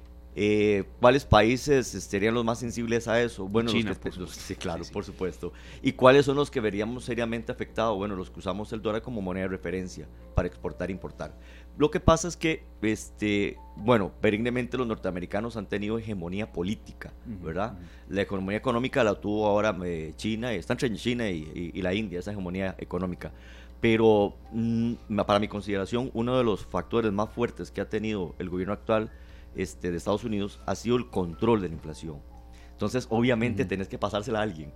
Eh, ¿Cuáles países serían los más sensibles a eso? Bueno, China, los que, por los, sí, claro, sí, sí. por supuesto. ¿Y cuáles son los que veríamos seriamente afectados? Bueno, los que usamos el dólar como moneda de referencia para exportar e importar. Lo que pasa es que, este, bueno, perennemente los norteamericanos han tenido hegemonía política, ¿verdad? Uh-huh. La hegemonía económica la tuvo ahora eh, China, está entre China y, y, y la India, esa hegemonía económica. Pero mmm, para mi consideración, uno de los factores más fuertes que ha tenido el gobierno actual este, de Estados Unidos ha sido el control de la inflación. Entonces, obviamente, uh-huh. tenés que pasársela a alguien.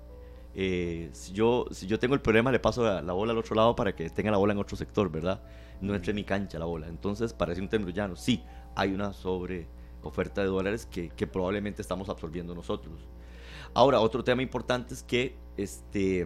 Eh, si, yo, si yo tengo el problema, le paso la, la bola al otro lado para que tenga la bola en otro sector, ¿verdad? No entre en mi cancha la bola. Entonces, para decir un término llano, sí, hay una sobre oferta de dólares que, que probablemente estamos absorbiendo nosotros. Ahora, otro tema importante es que este,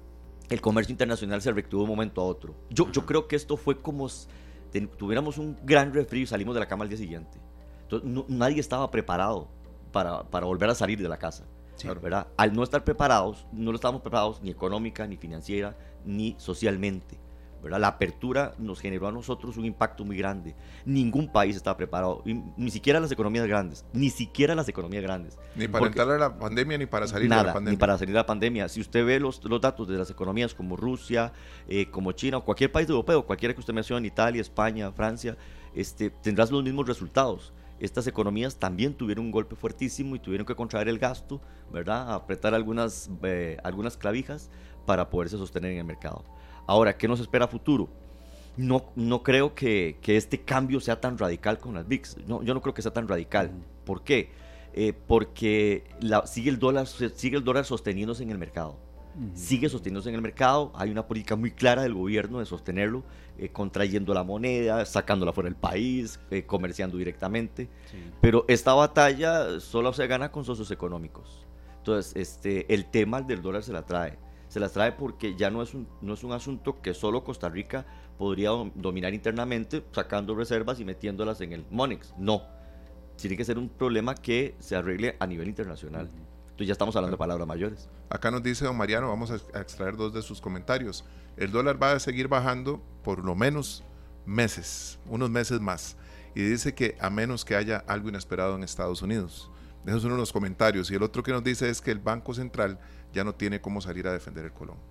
el comercio internacional se reactivó de un momento a otro. Yo, yo creo que esto fue como si tuviéramos un gran resfrío y salimos de la cama al día siguiente. Entonces, no, nadie estaba preparado para, para volver a salir de la casa. Sí. ¿Verdad? Al no estar preparados, no lo estábamos preparados ni económica, ni financiera, ni socialmente, ¿verdad? La apertura nos generó a nosotros un impacto muy grande. Ningún país estaba preparado, ni siquiera las economías grandes, ni siquiera las economías grandes. Ni para entrar a la pandemia, ni para salir nada, de la pandemia. Ni para salir de la pandemia. Si usted ve los, los datos de las economías como Rusia, eh, como China, o cualquier país europeo, cualquiera que usted mencione, Italia, España, Francia, este, tendrás los mismos resultados. Estas economías también tuvieron un golpe fuertísimo y tuvieron que contraer el gasto, ¿verdad? Apretar algunas, eh, algunas clavijas para poderse sostener en el mercado. Ahora, ¿qué nos espera a futuro? No, no creo que, que este cambio sea tan radical con las BRICS. No, yo no creo que sea tan radical. Uh-huh. ¿Por qué? Eh, porque la, sigue, el dólar, sigue el dólar sosteniéndose en el mercado. Uh-huh. Sigue sosteniéndose en el mercado. Hay una política muy clara del gobierno de sostenerlo, eh, contrayendo la moneda, sacándola fuera del país, eh, comerciando directamente. Sí. Pero esta batalla solo se gana con socios económicos. Entonces, este, el tema del dólar se la trae. Se las trae porque ya no es un, no es un asunto que solo Costa Rica podría dominar internamente, sacando reservas y metiéndolas en el Monex. No. Tiene que ser un problema que se arregle a nivel internacional. Uh-huh. Entonces ya estamos hablando de palabras mayores. Acá nos dice don Mariano, vamos a extraer dos de sus comentarios. El dólar va a seguir bajando por lo menos meses, unos meses más. Y dice que a menos que haya algo inesperado en Estados Unidos. Déjenos uno en los comentarios. Y el otro que nos dice es que el Banco Central ya no tiene cómo salir a defender el colón.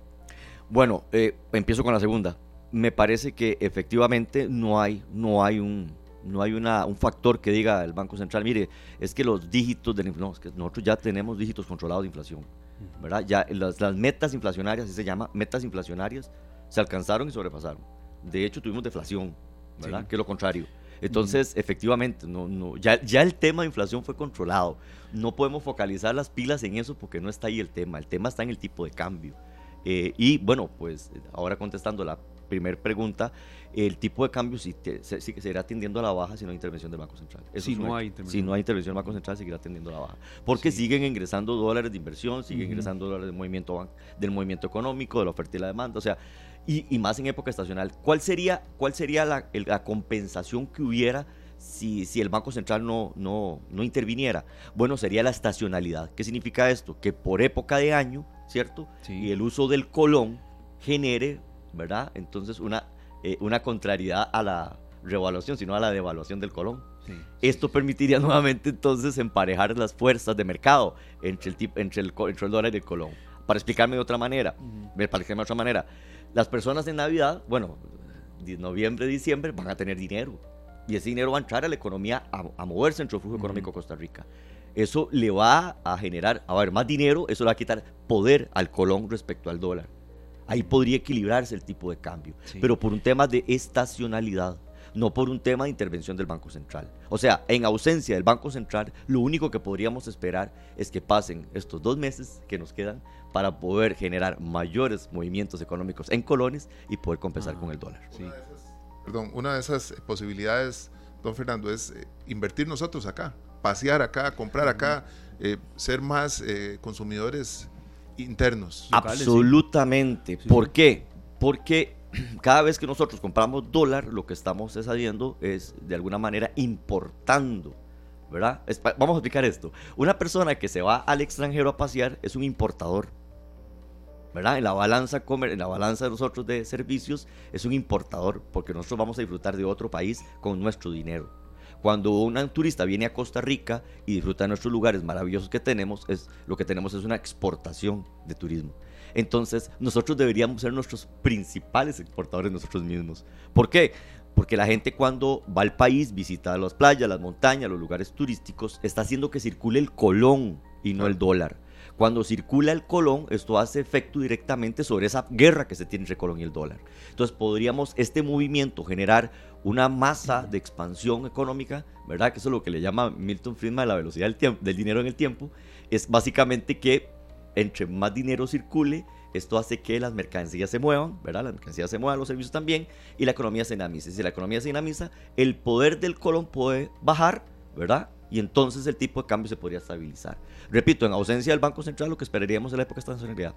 Bueno, eh, empiezo con la segunda. Me parece que efectivamente no hay, no hay un, no hay una, un factor que diga el Banco Central, mire, es que los dígitos de la inflación, no, es que nosotros ya tenemos dígitos controlados de inflación, ¿verdad? Ya las, las metas inflacionarias, así se llama, metas inflacionarias, se alcanzaron y sobrepasaron. De hecho, tuvimos deflación, ¿verdad? Sí. Que es lo contrario. Entonces, uh-huh. efectivamente, no, no, ya, ya el tema de inflación fue controlado. No podemos focalizar las pilas en eso porque no está ahí el tema. El tema está en el tipo de cambio. Eh, y bueno, pues ahora contestando la primera pregunta, el tipo de cambio sí, te, se, sí que seguirá tendiendo a la baja si no hay intervención del Banco Central. Eso si, no hay, si no hay intervención del Banco Central, seguirá tendiendo a la baja. Porque sí. siguen ingresando dólares de inversión, siguen uh-huh. ingresando dólares del movimiento, del movimiento económico, de la oferta y la demanda. O sea, y, y más en época estacional. ¿Cuál sería, cuál sería la, el, la compensación que hubiera si, si el Banco Central no, no, no interviniera? Bueno, sería la estacionalidad. ¿Qué significa esto? Que por época de año, ¿cierto? Sí. Y el uso del colón genere, ¿verdad? Entonces una, eh, una contrariedad a la revaluación, sino a la devaluación del colón. Sí. Esto permitiría nuevamente entonces emparejar las fuerzas de mercado entre el, tip, entre el, entre el dólar y el colón. Para explicarme de otra manera, uh-huh. para explicarme de otra manera, las personas en Navidad, bueno, de noviembre, diciembre, van a tener dinero. Y ese dinero va a entrar a la economía a, a moverse entre el flujo uh-huh. económico de Costa Rica. Eso le va a generar, a ver, más dinero, eso le va a quitar poder al colón respecto al dólar. Ahí podría equilibrarse el tipo de cambio, sí. pero por un tema de estacionalidad, no por un tema de intervención del Banco Central. O sea, en ausencia del Banco Central, lo único que podríamos esperar es que pasen estos dos meses que nos quedan para poder generar mayores movimientos económicos en colones y poder compensar ah, con el dólar. Sí. Una de esas, perdón, una de esas posibilidades, don Fernando, es eh, invertir nosotros acá, pasear acá, comprar acá, eh, ser más eh, consumidores internos. Absolutamente. Sí. ¿Por qué? Porque cada vez que nosotros compramos dólar, lo que estamos haciendo es, de alguna manera, importando, ¿verdad? Es, vamos a explicar esto. Una persona que se va al extranjero a pasear es un importador, ¿verdad? En la balanza, en la balanza de nosotros de servicios es un importador, porque nosotros vamos a disfrutar de otro país con nuestro dinero. Cuando un turista viene a Costa Rica y disfruta de nuestros lugares maravillosos que tenemos, es, lo que tenemos es una exportación de turismo. Entonces, nosotros deberíamos ser nuestros principales exportadores nosotros mismos. ¿Por qué? Porque la gente cuando va al país, visita las playas, las montañas, los lugares turísticos, está haciendo que circule el colón y no el dólar. Cuando circula el colón, esto hace efecto directamente sobre esa guerra que se tiene entre colón y el dólar. Entonces, podríamos este movimiento generar una masa de expansión económica, ¿verdad? Que eso es lo que le llama Milton Friedman la velocidad del, tiempo, del dinero en el tiempo. Es básicamente que entre más dinero circule, esto hace que las mercancías se muevan, ¿verdad? Las mercancías se muevan, los servicios también, y la economía se dinamiza. Si la economía se dinamiza, el poder del colón puede bajar, ¿verdad? Y entonces el tipo de cambio se podría estabilizar. Repito, en ausencia del Banco Central, lo que esperaríamos en la época de estacionalidad.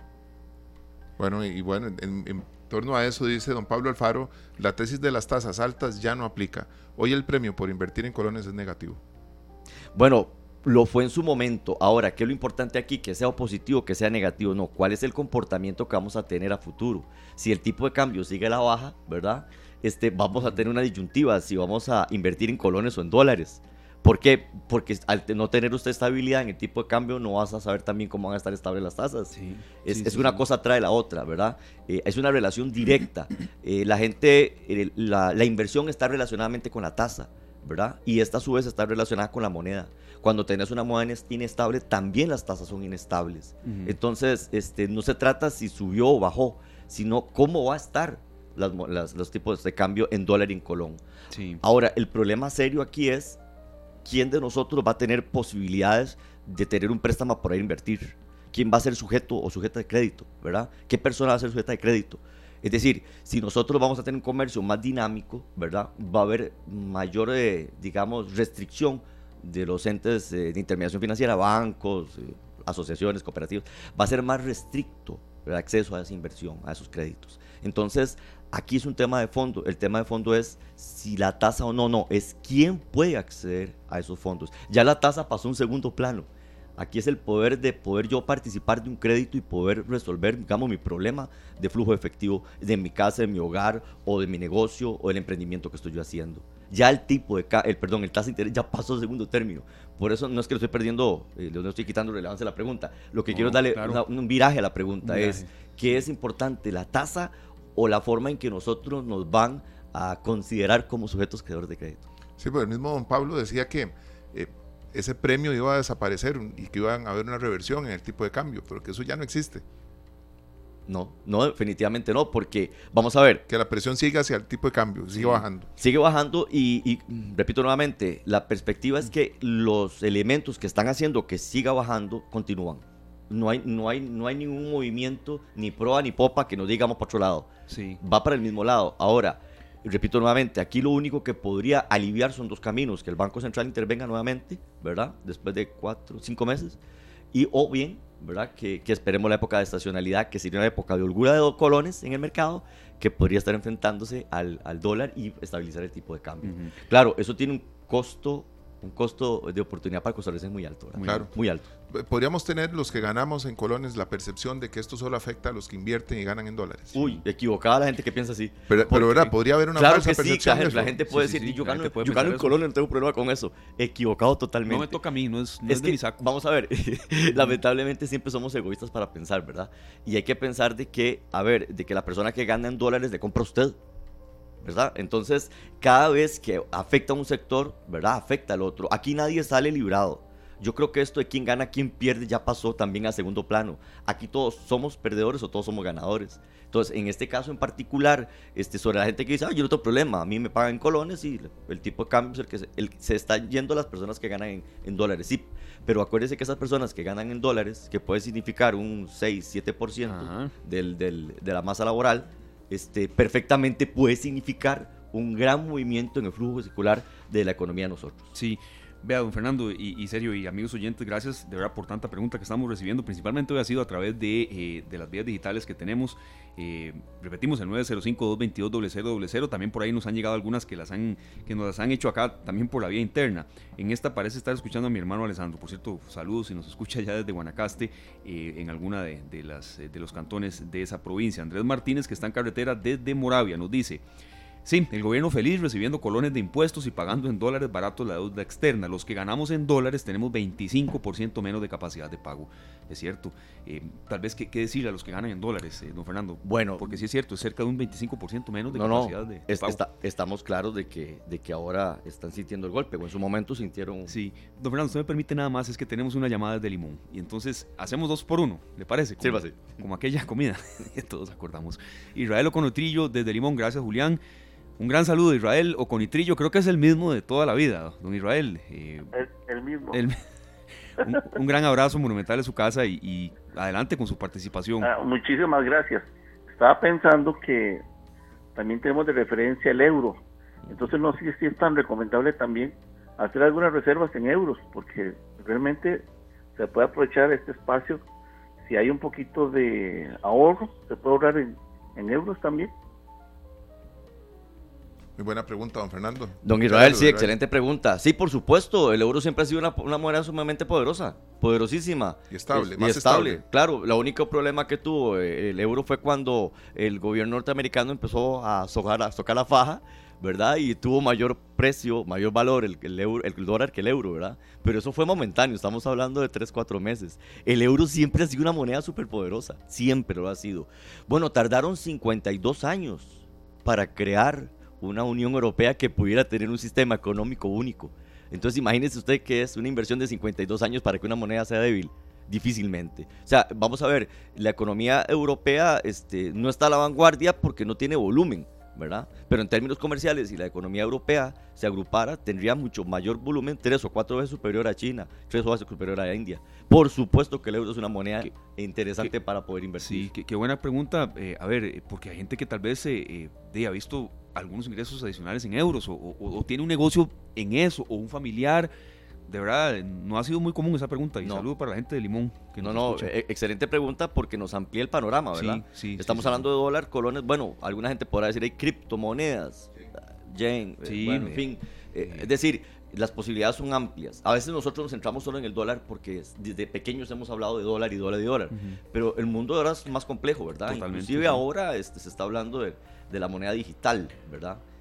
Bueno, y bueno, en, en torno a eso dice don Pablo Alfaro, la tesis de las tasas altas ya no aplica. Hoy el premio por invertir en colones es negativo. Bueno, lo fue en su momento. Ahora, ¿qué es lo importante aquí? Que sea positivo, que sea negativo. No, ¿cuál es el comportamiento que vamos a tener a futuro? Si el tipo de cambio sigue a la baja, ¿verdad? Este, vamos a tener una disyuntiva, si vamos a invertir en colones o en dólares. ¿Por qué? Porque al no tener usted estabilidad en el tipo de cambio, no vas a saber también cómo van a estar estables las tasas. Sí, es, sí, es sí, una sí. cosa trae la otra, ¿verdad? Eh, es una relación directa. Eh, la gente, eh, la, la inversión está relacionadamente con la tasa, ¿verdad? Y esta a su vez está relacionada con la moneda. Cuando tenés una moneda inestable, también las tasas son inestables. Uh-huh. Entonces, este, no se trata si subió o bajó, sino cómo va a estar las, las, los tipos de cambio en dólar y en colón. Sí. Ahora, el problema serio aquí es ¿quién de nosotros va a tener posibilidades de tener un préstamo para ir a invertir? ¿Quién va a ser sujeto o sujeta de crédito? ¿Verdad? ¿Qué persona va a ser sujeta de crédito? Es decir, si nosotros vamos a tener un comercio más dinámico, ¿verdad? Va a haber mayor, eh, digamos, restricción de los entes eh, de intermediación financiera, bancos, eh, asociaciones, cooperativas. Va a ser más restricto el acceso a esa inversión, a esos créditos. Entonces, aquí es un tema de fondo. El tema de fondo es si la tasa o no, no, es quién puede acceder a esos fondos. Ya la tasa pasó a un segundo plano. Aquí es el poder de poder yo participar de un crédito y poder resolver, digamos, mi problema de flujo efectivo de mi casa, de mi hogar, o de mi negocio, o del emprendimiento que estoy yo haciendo. ya el tipo de, el, perdón, el tasa de interés ya pasó a segundo término. Por eso no es que lo estoy perdiendo, eh, no estoy quitando relevancia a la pregunta. Lo que no, quiero es darle claro. una, un viraje a la pregunta. Viraje. Es, ¿qué es importante, la tasa o la forma en que nosotros nos van a considerar como sujetos creadores de crédito? Sí, pues el mismo don Pablo decía que eh, ese premio iba a desaparecer y que iba a haber una reversión en el tipo de cambio, pero que eso ya no existe. No, no, definitivamente no, porque vamos a ver. Que la presión siga hacia el tipo de cambio, sigue sí, bajando. Sigue bajando y, y repito nuevamente, la perspectiva es que los elementos que están haciendo que siga bajando continúan. No hay, no hay, no hay ningún movimiento, ni proa ni popa, que nos digamos para otro lado. Sí. Va para el mismo lado. Ahora, repito nuevamente, aquí lo único que podría aliviar son dos caminos, que el Banco Central intervenga nuevamente, ¿verdad? Después de cuatro, cinco meses, y o bien, ¿verdad? Que, que esperemos la época de estacionalidad, que sería una época de holgura de dos colones en el mercado, que podría estar enfrentándose al, al dólar y estabilizar el tipo de cambio. Uh-huh. Claro, eso tiene un costo, un costo de oportunidad para costarricenses muy alto, ¿verdad? Claro. Muy alto. Podríamos tener los que ganamos en colones la percepción de que esto solo afecta a los que invierten y ganan en dólares. Uy, equivocada la gente que piensa así. Pero, pero ¿verdad? Podría haber una claro falsa que percepción. Sí, la, de la gente puede sí, decir, sí, sí, yo gano, yo gano en colones, no tengo problema con eso. Equivocado totalmente. No me toca a mí, no es, no es, es que, de mi saco. Vamos a ver, lamentablemente siempre somos egoístas para pensar, ¿verdad? Y hay que pensar de que, a ver, de que la persona que gana en dólares le compra a usted, ¿verdad? Entonces, cada vez que afecta a un sector, ¿verdad? Afecta al otro. Aquí nadie sale librado. Yo creo que esto de quién gana, quién pierde ya pasó también a segundo plano. Aquí todos somos perdedores o todos somos ganadores. Entonces, en este caso en particular, este, sobre la gente que dice, ah, yo no tengo problema, a mí me pagan en colones y el tipo de cambio es el que se, el, se está yendo a las personas que ganan en, en dólares. Sí, pero acuérdense que esas personas que ganan en dólares, que puede significar un seis, siete por ciento del, del, de la masa laboral, este, perfectamente puede significar un gran movimiento en el flujo circular de la economía de nosotros. Sí. Vea, don Fernando, y, y serio, y amigos oyentes, gracias de verdad por tanta pregunta que estamos recibiendo. Principalmente hoy ha sido a través de, eh, de las vías digitales que tenemos. Eh, repetimos, el nueve cero cinco, dos dos dos, cero cero cero cero. También por ahí nos han llegado algunas que, las han, que nos las han hecho acá, también por la vía interna. En esta parece estar escuchando a mi hermano Alessandro. Por cierto, saludos si nos escucha ya desde Guanacaste, eh, en alguna de, de, las, de los cantones de esa provincia. Andrés Martínez, que está en carretera desde Moravia, nos dice... Sí, el gobierno feliz recibiendo colones de impuestos y pagando en dólares baratos la deuda externa. Los que ganamos en dólares tenemos veinticinco por ciento menos de capacidad de pago. Es cierto. Eh, tal vez, ¿qué, qué decirle a los que ganan en dólares, eh, don Fernando? Bueno. Porque sí es cierto, es cerca de un veinticinco por ciento menos de no, capacidad no, de, de es, pago. Está, estamos claros de que, de que ahora están sintiendo el golpe, o en su momento sintieron... Sí. Don Fernando, usted me permite nada más, es que tenemos una llamada desde Limón. Y entonces hacemos dos por uno, ¿le parece? Como, sí, va así. Como aquella comida que todos acordamos. Israel Oconotrillo desde Limón, gracias Julián. Un gran saludo, Israel Oconitrillo, creo que es el mismo de toda la vida, don Israel. Eh, el, el mismo. El, un, un gran abrazo monumental de su casa y, y adelante con su participación. Ah, muchísimas gracias. Estaba pensando que también tenemos de referencia el euro, entonces no sé si es tan recomendable también hacer algunas reservas en euros, porque realmente se puede aprovechar este espacio. Si hay un poquito de ahorro, se puede ahorrar en, en euros también. Muy buena pregunta, don Fernando. Don Israel, sí, excelente pregunta. Sí, por supuesto, el euro siempre ha sido una, una moneda sumamente poderosa, poderosísima. Y estable, es, más y estable. estable. Claro, el único problema que tuvo el euro fue cuando el gobierno norteamericano empezó a socar, a socar la faja, ¿verdad? Y tuvo mayor precio, mayor valor el, el, euro, el dólar que el euro, ¿verdad? Pero eso fue momentáneo, estamos hablando de tres, cuatro meses. El euro siempre ha sido una moneda súper poderosa, siempre lo ha sido. Bueno, tardaron cincuenta y dos años para crear una Unión Europea que pudiera tener un sistema económico único. Entonces imagínese usted que es una inversión de cincuenta y dos años para que una moneda sea débil. Difícilmente. O sea, vamos a ver, la economía europea este, no está a la vanguardia porque no tiene volumen, ¿verdad? Pero en términos comerciales, si la economía europea se agrupara, tendría mucho mayor volumen, tres o cuatro veces superior a China, tres veces superior a la India. Por supuesto que el euro es una moneda ¿Qué, interesante qué, para poder invertir. Sí, qué, qué buena pregunta. Eh, a ver, porque hay gente que tal vez eh, eh, ha visto algunos ingresos adicionales en euros o, o, o tiene un negocio en eso o un familiar. De verdad, no ha sido muy común esa pregunta. Y no. Saludo para la gente de Limón. Que no, no, eh, excelente pregunta porque nos amplía el panorama, ¿verdad? Sí, sí, Estamos sí, hablando sí. de dólar, colones. Bueno, alguna gente podrá decir hay criptomonedas, yen, sí, eh, bueno, me, en fin. Eh, me. Es decir, las posibilidades son amplias. A veces nosotros nos centramos solo en el dólar porque desde pequeños hemos hablado de dólar y dólar y dólar. Uh-huh. Pero el mundo ahora es más complejo, ¿verdad? Totalmente, Inclusive sí. ahora este, se está hablando de, de la moneda digital, ¿verdad?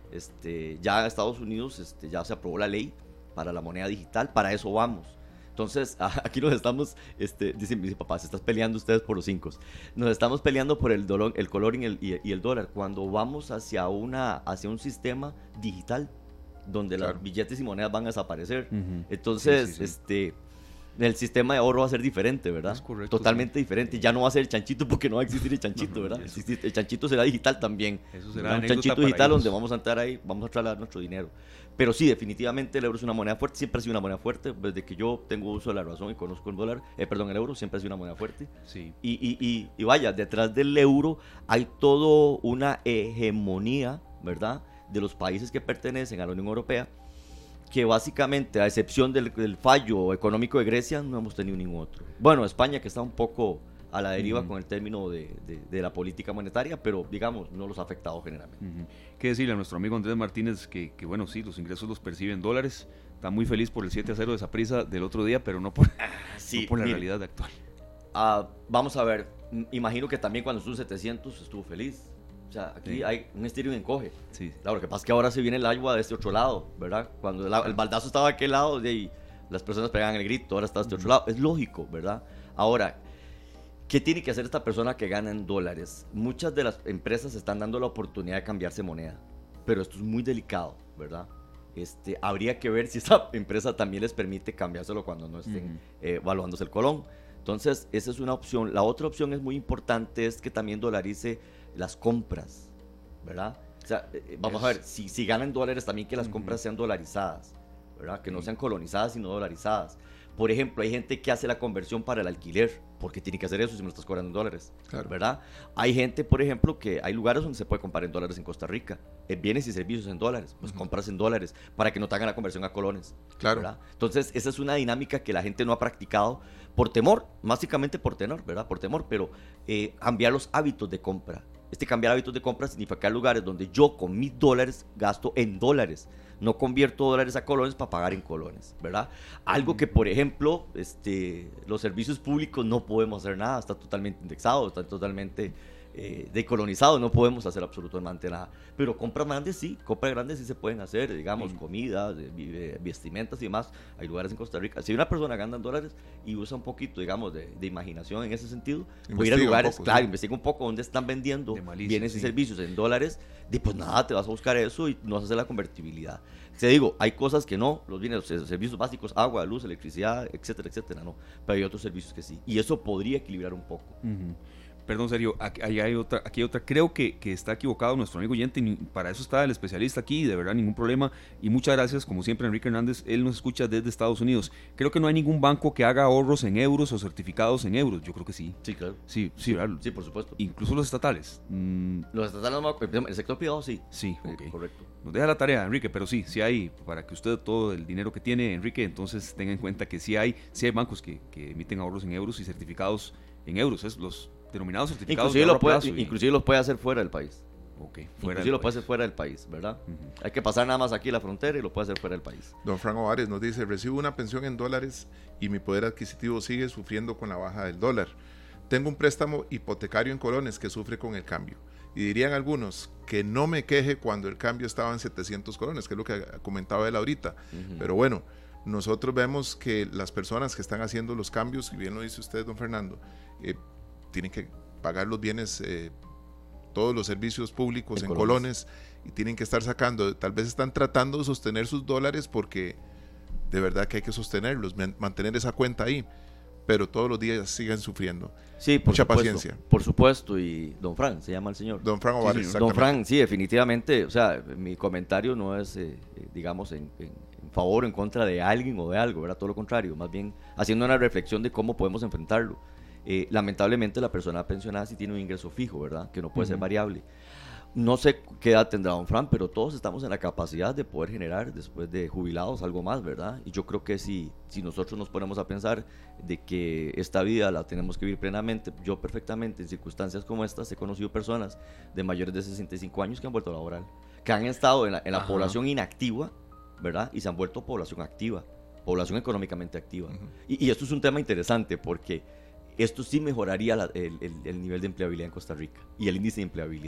Este, ya en Estados Unidos este, ya se aprobó la ley para la moneda digital, para eso vamos. Entonces, aquí nos estamos, este, dice mi papá, se están peleando ustedes por los cinco. Nos estamos peleando por el, dolor, el color y el, y el dólar, cuando vamos hacia, una, hacia un sistema digital, donde claro. los billetes y monedas van a desaparecer. Uh-huh. Entonces, sí, sí, sí. este... el sistema de ahorro va a ser diferente, ¿verdad? Es correcto, totalmente sí. diferente. Ya no va a ser el chanchito porque no va a existir el chanchito, ¿verdad? Eso. El chanchito será digital también. Eso será un chanchito digital donde vamos a entrar ahí, vamos a trasladar nuestro dinero. Pero sí, definitivamente el euro es una moneda fuerte, siempre ha sido una moneda fuerte. Desde que yo tengo uso de la razón y conozco el dólar, eh, perdón, el euro, siempre ha sido una moneda fuerte. Sí. Y, y, y, y vaya, detrás del euro hay toda una hegemonía, ¿verdad? De los países que pertenecen a la Unión Europea, que básicamente, a excepción del, del fallo económico de Grecia, no hemos tenido ningún otro. Bueno, España, que está un poco a la deriva uh-huh. con el término de, de, de la política monetaria, pero digamos, no los ha afectado generalmente. Uh-huh. ¿Qué decirle a nuestro amigo Andrés Martínez que, que, bueno, sí, los ingresos los percibe en dólares? Está muy feliz por el siete a cero de Saprissa del otro día, pero no por, sí, no por la mire, realidad actual. Uh, vamos a ver, imagino que también cuando estuvo setecientos estuvo feliz. O sea, aquí sí. hay un estilo y un encoge. Sí. Claro, lo que pasa es que ahora se viene el agua de este otro lado, ¿verdad? Cuando el, el baldazo estaba de aquel lado, de ahí, las personas pegaban el grito, ahora está de este uh-huh. otro lado. Es lógico, ¿verdad? Ahora, ¿qué tiene que hacer esta persona que gana en dólares? Muchas de las empresas están dando la oportunidad de cambiarse moneda, pero esto es muy delicado, ¿verdad? Este, habría que ver si esta empresa también les permite cambiárselo cuando no estén uh-huh. eh, evaluándose el colón. Entonces, esa es una opción. La otra opción es muy importante, es que también dolarice las compras, ¿verdad? O sea, eh, vamos es... a ver, si, si ganan dólares también que las uh-huh. compras sean dolarizadas, ¿verdad? Que no sean colonizadas sino dolarizadas. Por ejemplo, hay gente que hace la conversión para el alquiler, porque tiene que hacer eso si me lo estás cobrando en dólares, claro. ¿verdad? Hay gente, por ejemplo, que hay lugares donde se puede comprar en dólares en Costa Rica, en bienes y servicios en dólares, pues uh-huh. compras en dólares para que no te hagan la conversión a colones, claro. ¿verdad? Entonces, esa es una dinámica que la gente no ha practicado por temor, básicamente por temor, ¿verdad? Por temor, pero eh, cambiar los hábitos de compra. Este cambiar hábitos de compra significa lugares donde yo con mis dólares gasto en dólares, no convierto dólares a colones para pagar en colones, ¿verdad? Algo que, por ejemplo, este, los servicios públicos no podemos hacer nada, está totalmente indexado, está totalmente eh, decolonizado, no podemos hacer absolutamente nada. Pero compras grandes sí, compras grandes sí se pueden hacer, digamos, sí. comida, vestimentas y demás. Hay lugares en Costa Rica. Si una persona gana en dólares y usa un poquito, digamos, de, de imaginación en ese sentido, puede ir a lugares, poco, claro, sí. investiga un poco dónde están vendiendo malicia, bienes sí. y servicios en dólares, y pues nada, te vas a buscar eso y no vas a hacer la convertibilidad. Te digo, hay cosas que no, los bienes, los servicios básicos, agua, luz, electricidad, etcétera, etcétera, no. Pero hay otros servicios que sí. Y eso podría equilibrar un poco. Uh-huh. Perdón, Sergio, aquí hay otra, aquí hay otra. Creo que, que está equivocado nuestro amigo oyente. Para eso está el especialista aquí, de verdad, ningún problema. Y muchas gracias, como siempre, Enrique Hernández. Él nos escucha desde Estados Unidos. Creo que no hay ningún banco que haga ahorros en euros o certificados en euros. Yo creo que sí. Sí, claro. Sí, sí, ¿verdad? Sí, por supuesto. Incluso los estatales. Mm. Los estatales, no, el sector privado, sí. Sí, ok. Eh, correcto. Nos deja la tarea, Enrique, pero sí, sí hay, para que usted todo el dinero que tiene, Enrique, entonces tenga en cuenta que sí hay, sí hay bancos que, que emiten ahorros en euros y certificados en euros. Es los denominados certificados inclusive de lo puede, y... Inclusive los puede hacer fuera del país. Ok, fuera inclusive lo puede hacer fuera del país, ¿verdad? Uh-huh. Hay que pasar nada más aquí la frontera y lo puede hacer fuera del país. Don Frank Ovares nos dice, recibo una pensión en dólares y mi poder adquisitivo sigue sufriendo con la baja del dólar. Tengo un préstamo hipotecario en colones que sufre con el cambio. Y dirían algunos que no me queje cuando el cambio estaba en setecientos colones, que es lo que comentaba él ahorita. Uh-huh. Pero bueno, nosotros vemos que las personas que están haciendo los cambios, y bien lo dice usted, don Fernando, eh, tienen que pagar los bienes, eh, todos los servicios públicos en, en colones. colones y tienen que estar sacando, tal vez están tratando de sostener sus dólares porque de verdad que hay que sostenerlos, mantener esa cuenta ahí, pero todos los días siguen sufriendo. Sí, por mucha supuesto, paciencia. Por supuesto, y don Fran, se llama el señor. Don Fran Ovares, sí, sí, Don Fran, sí, definitivamente, o sea, mi comentario no es, eh, digamos, en, en, en favor o en contra de alguien o de algo, ¿verdad? Todo lo contrario, más bien haciendo una reflexión de cómo podemos enfrentarlo. Eh, lamentablemente la persona pensionada sí tiene un ingreso fijo, ¿verdad? Que no puede uh-huh. ser variable. No sé qué edad tendrá don Fran, pero todos estamos en la capacidad de poder generar después de jubilados algo más, ¿verdad? Y yo creo que si, si nosotros nos ponemos a pensar de que esta vida la tenemos que vivir plenamente, yo perfectamente en circunstancias como estas he conocido personas de mayores de sesenta y cinco años que han vuelto a laboral, que han estado en la, en la población inactiva, ¿verdad? Y se han vuelto población activa, población económicamente activa. Uh-huh. Y, y esto es un tema interesante porque esto sí mejoraría la, el, el, el nivel de empleabilidad en Costa Rica y el índice de empleabilidad.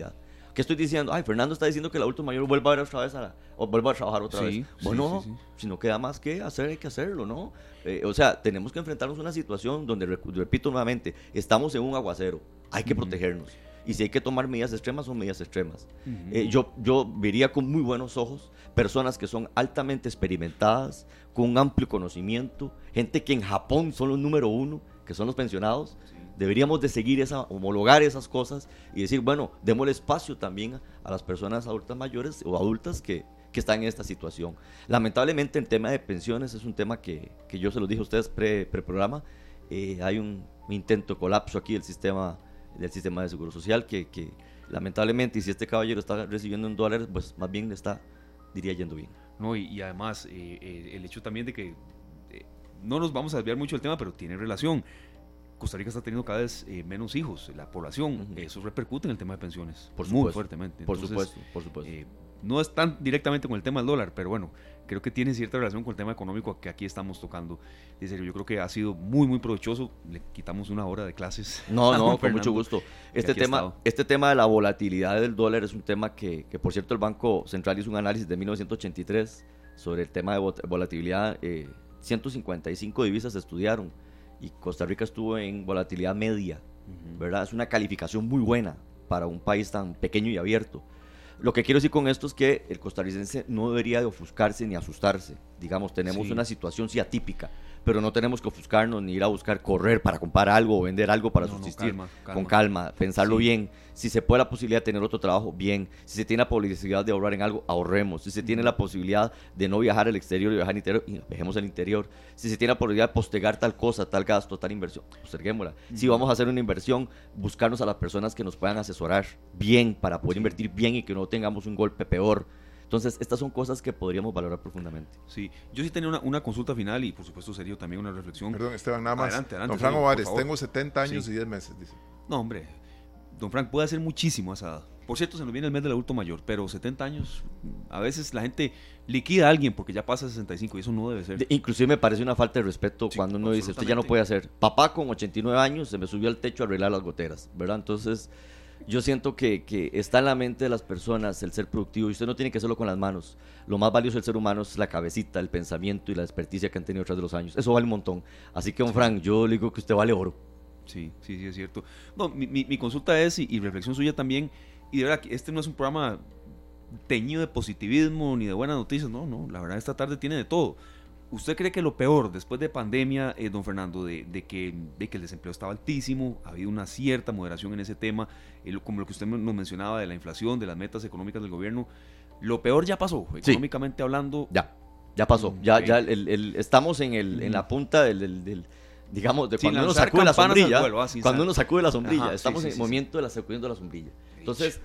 ¿Qué estoy diciendo? Ay, Fernando está diciendo que el adulto mayor vuelva a ver otra vez a la, o vuelva a trabajar otra Sí, vez. sí, Bueno, sí, sí. si no queda más que hacer, hay que hacerlo, ¿no? Eh, o sea, tenemos que enfrentarnos a una situación donde, repito nuevamente, estamos en un aguacero, hay que uh-huh. protegernos. Y si hay que tomar medidas extremas, son medidas extremas. Uh-huh. Eh, yo, yo vería con muy buenos ojos personas que son altamente experimentadas, con un amplio conocimiento, gente que en Japón son los número uno, que son los pensionados. Sí. Deberíamos de seguir esa, homologar esas cosas y decir, bueno, démosle espacio también a, a las personas adultas mayores o adultas que, que están en esta situación. Lamentablemente el tema de pensiones es un tema que, que yo se los dije a ustedes pre, pre-programa. Eh, hay un intento de colapso aquí del sistema del sistema de seguro social que, que lamentablemente, y si este caballero está recibiendo en dólares, pues más bien le está, diría, yendo bien. No, y, y además eh, eh, el hecho también de que eh, no nos vamos a desviar mucho del tema, pero tiene relación. Costa Rica está teniendo cada vez eh, menos hijos, la población, uh-huh. eso repercute en el tema de pensiones por muy supuesto, fuertemente. Por Entonces, supuesto, por supuesto. Eh, no es tan directamente con el tema del dólar, pero bueno, creo que tiene cierta relación con el tema económico que aquí estamos tocando. En serio, yo creo que ha sido muy, muy provechoso. Le quitamos una hora de clases. No, no, con mucho gusto. Este tema, este tema de la volatilidad del dólar es un tema que, que, por cierto, el Banco Central hizo un análisis de mil novecientos ochenta y tres sobre el tema de volatilidad. Eh, ciento cincuenta y cinco divisas se estudiaron y Costa Rica estuvo en volatilidad media, uh-huh. ¿verdad? Es una calificación muy buena para un país tan pequeño y abierto. Lo que quiero decir con esto es que el costarricense no debería de ofuscarse ni asustarse. Digamos, tenemos sí. una situación sí atípica, pero no tenemos que ofuscarnos ni ir a buscar correr para comprar algo o vender algo para no, subsistir. No, calma, calma. Con calma, pensarlo sí. bien. Si se puede la posibilidad de tener otro trabajo, bien. Si se tiene la posibilidad de ahorrar en algo, ahorremos. Si se tiene la posibilidad de no viajar al exterior y viajar al interior, viajemos al interior. Si se tiene la posibilidad de postergar tal cosa, tal gasto, tal inversión, posterguémosla. Uh-huh. Si vamos a hacer una inversión, buscarnos a las personas que nos puedan asesorar bien para poder sí. invertir bien y que no tengamos un golpe peor. Entonces, estas son cosas que podríamos valorar profundamente. Sí, yo sí tenía una, una consulta final y, por supuesto, sería también una reflexión. Perdón, Esteban, nada más. Adelante, adelante. Don Frank Ovares, tengo setenta años sí. y diez meses, dice. No, hombre, don Frank puede hacer muchísimo a esa edad. Por cierto, se nos viene el mes del adulto mayor, pero setenta años, a veces la gente liquida a alguien porque ya pasa sesenta y cinco y eso no debe ser. De, inclusive me parece una falta de respeto sí, cuando uno dice, usted ya no puede hacer. Papá con ochenta y nueve años se me subió al techo a arreglar las goteras, ¿verdad? Entonces, yo siento que, que está en la mente de las personas el ser productivo y usted no tiene que hacerlo con las manos. Lo más valioso del ser humano es la cabecita, el pensamiento y la experticia que han tenido tras de los años. Eso vale un montón. Así que, don Frank, yo le digo que usted vale oro. Sí, sí, sí, es cierto. No, mi, mi, mi consulta es, y, y reflexión suya también, y de verdad, este no es un programa teñido de positivismo ni de buenas noticias, no, no, la verdad esta tarde tiene de todo. ¿Usted cree que lo peor después de pandemia, eh, don Fernando, de, de, que, de que el desempleo estaba altísimo, ha habido una cierta moderación en ese tema, eh, como lo que usted nos mencionaba de la inflación, de las metas económicas del gobierno, lo peor ya pasó, económicamente sí. hablando? Ya, ya pasó, ya, okay. ya el, el, estamos en, el, mm. en la punta del... del, del digamos, de sí, cuando uno sacude la sombrilla, vuelo, así, cuando uno sacude la sombrilla, Ajá, estamos sí, sí, en el sí, movimiento sí. de la sacudiendo la sombrilla. Entonces,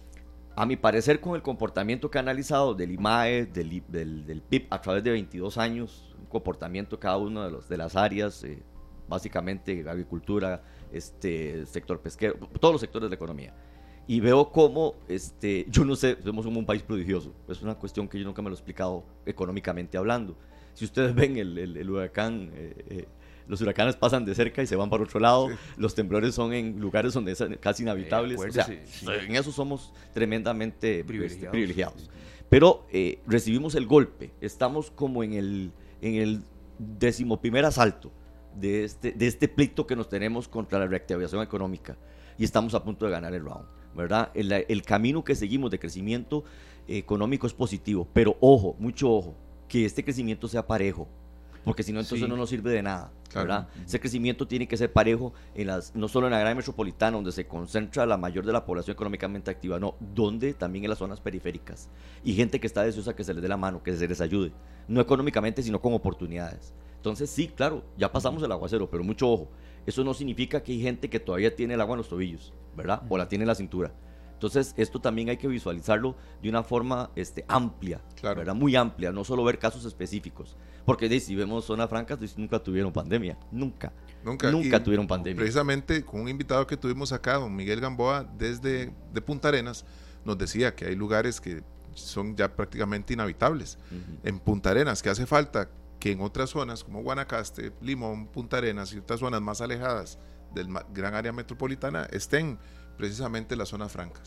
a mi parecer, con el comportamiento que ha analizado del I M A E, del, del, del P I B a través de veintidós años, un comportamiento de cada una de, los, de las áreas, eh, básicamente agricultura, este, sector pesquero, todos los sectores de la economía. Y veo cómo, este, yo no sé, somos un país prodigioso, es una cuestión que yo nunca me lo he explicado económicamente hablando. Si ustedes ven el, el, el huracán... Eh, eh, los huracanes pasan de cerca y se van para otro lado, sí. los temblores son en lugares donde es casi inhabitables, eh, o sea, sí. en eso somos tremendamente privilegiados. Este, privilegiados. Sí. Pero eh, recibimos el golpe, estamos como en el, en el decimoprimer asalto de este, de este pleito que nos tenemos contra la reactivación económica y estamos a punto de ganar el round, ¿verdad? El, el camino que seguimos de crecimiento eh, económico es positivo, pero ojo, mucho ojo, que este crecimiento sea parejo, porque si no, entonces sí. no nos sirve de nada, ¿verdad? Claro. Ese crecimiento tiene que ser parejo, en las, no solo en la área metropolitana, donde se concentra la mayor de la población económicamente activa, no, donde también en las zonas periféricas. Y gente que está deseosa que se les dé la mano, que se les ayude, no económicamente, sino con oportunidades. Entonces, sí, claro, ya pasamos el aguacero, pero mucho ojo, eso no significa que hay gente que todavía tiene el agua en los tobillos, ¿verdad? O la tiene en la cintura. Entonces, esto también hay que visualizarlo de una forma este, amplia, claro. ¿verdad? Muy amplia, no solo ver casos específicos. Porque si vemos zonas francas, nunca tuvieron pandemia, nunca, nunca, nunca y tuvieron pandemia. Precisamente con un invitado que tuvimos acá, don Miguel Gamboa, desde de Punta Arenas, nos decía que hay lugares que son ya prácticamente inhabitables. Uh-huh. En Punta Arenas, que hace falta que en otras zonas como Guanacaste, Limón, Punta Arenas y otras zonas más alejadas del gran área metropolitana estén precisamente las zonas francas.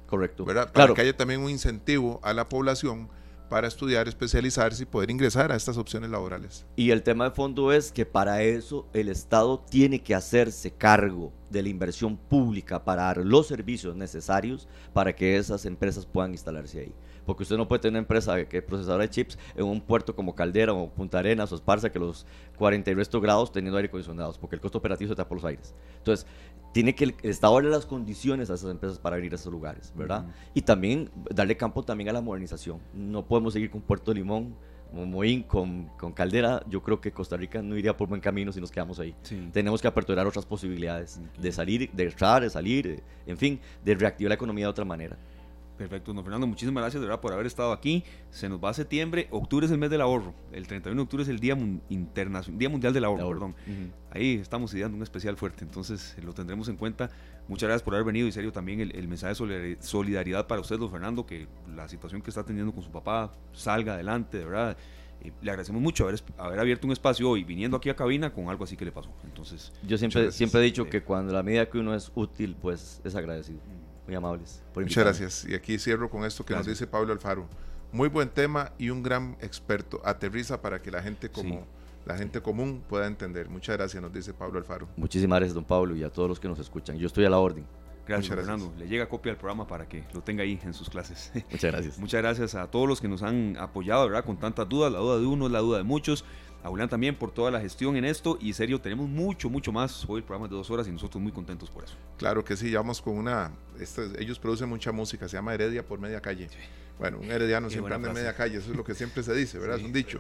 Correcto. ¿verdad? Para Claro. que haya también un incentivo a la población para estudiar, especializarse y poder ingresar a estas opciones laborales. Y el tema de fondo es que para eso el Estado tiene que hacerse cargo de la inversión pública para dar los servicios necesarios para que esas empresas puedan instalarse ahí. Porque usted no puede tener una empresa que es procesadora de chips en un puerto como Caldera o Punta Arenas o Esparza, que los cuarenta y resto grados teniendo aire acondicionados, porque el costo operativo se tapa por los aires. Entonces, tiene que el Estado darle las condiciones a esas empresas para abrir esos lugares, ¿verdad? Uh-huh. Y también darle campo también a la modernización. No podemos seguir con Puerto Limón, Moín, con, con Caldera. Yo creo que Costa Rica no iría por buen camino si nos quedamos ahí. Sí. Tenemos que aperturar otras posibilidades, okay, de salir, de entrar, de salir, de, en fin, de reactivar la economía de otra manera. Perfecto, don Fernando, muchísimas gracias de verdad por haber estado aquí. Se nos va a septiembre, octubre es el mes del ahorro, el treinta y uno de octubre es el Día, mun- internacional, Día Mundial del Ahorro, ahorro. perdón. Uh-huh. Ahí estamos ideando un especial fuerte, entonces lo tendremos en cuenta. Muchas gracias por haber venido y serio también el, el mensaje de solidaridad para usted, don Fernando, que la situación que está teniendo con su papá salga adelante, de verdad. Eh, le agradecemos mucho haber, haber abierto un espacio hoy viniendo aquí a cabina con algo así que le pasó. Entonces, yo siempre, siempre he dicho eh, que cuando la medida que uno es útil, pues es agradecido. Muy amables por muchas gracias. Y aquí cierro con esto que gracias. Nos dice Pablo Alfaro. Muy buen tema y un gran experto. Aterriza para que la gente como sí. la gente común pueda entender. Muchas gracias, nos dice Pablo Alfaro. Muchísimas gracias, don Pablo, y a todos los que nos escuchan. Yo estoy a la orden. Gracias, gracias. Fernando. Le llega copia al programa para que lo tenga ahí en sus clases. Muchas gracias. Muchas gracias a todos los que nos han apoyado, ¿verdad? Con tantas dudas. La duda de uno es la duda de muchos. A Julián también por toda la gestión en esto. Y serio, tenemos mucho, mucho más. Hoy el programa es de dos horas y nosotros muy contentos por eso. Claro que sí, ya vamos con una... Esta, ellos producen mucha música, se llama Heredia por media calle. Sí. Bueno, un herediano siempre anda en media calle, eso es lo que siempre se dice, ¿verdad? Sí, es un dicho.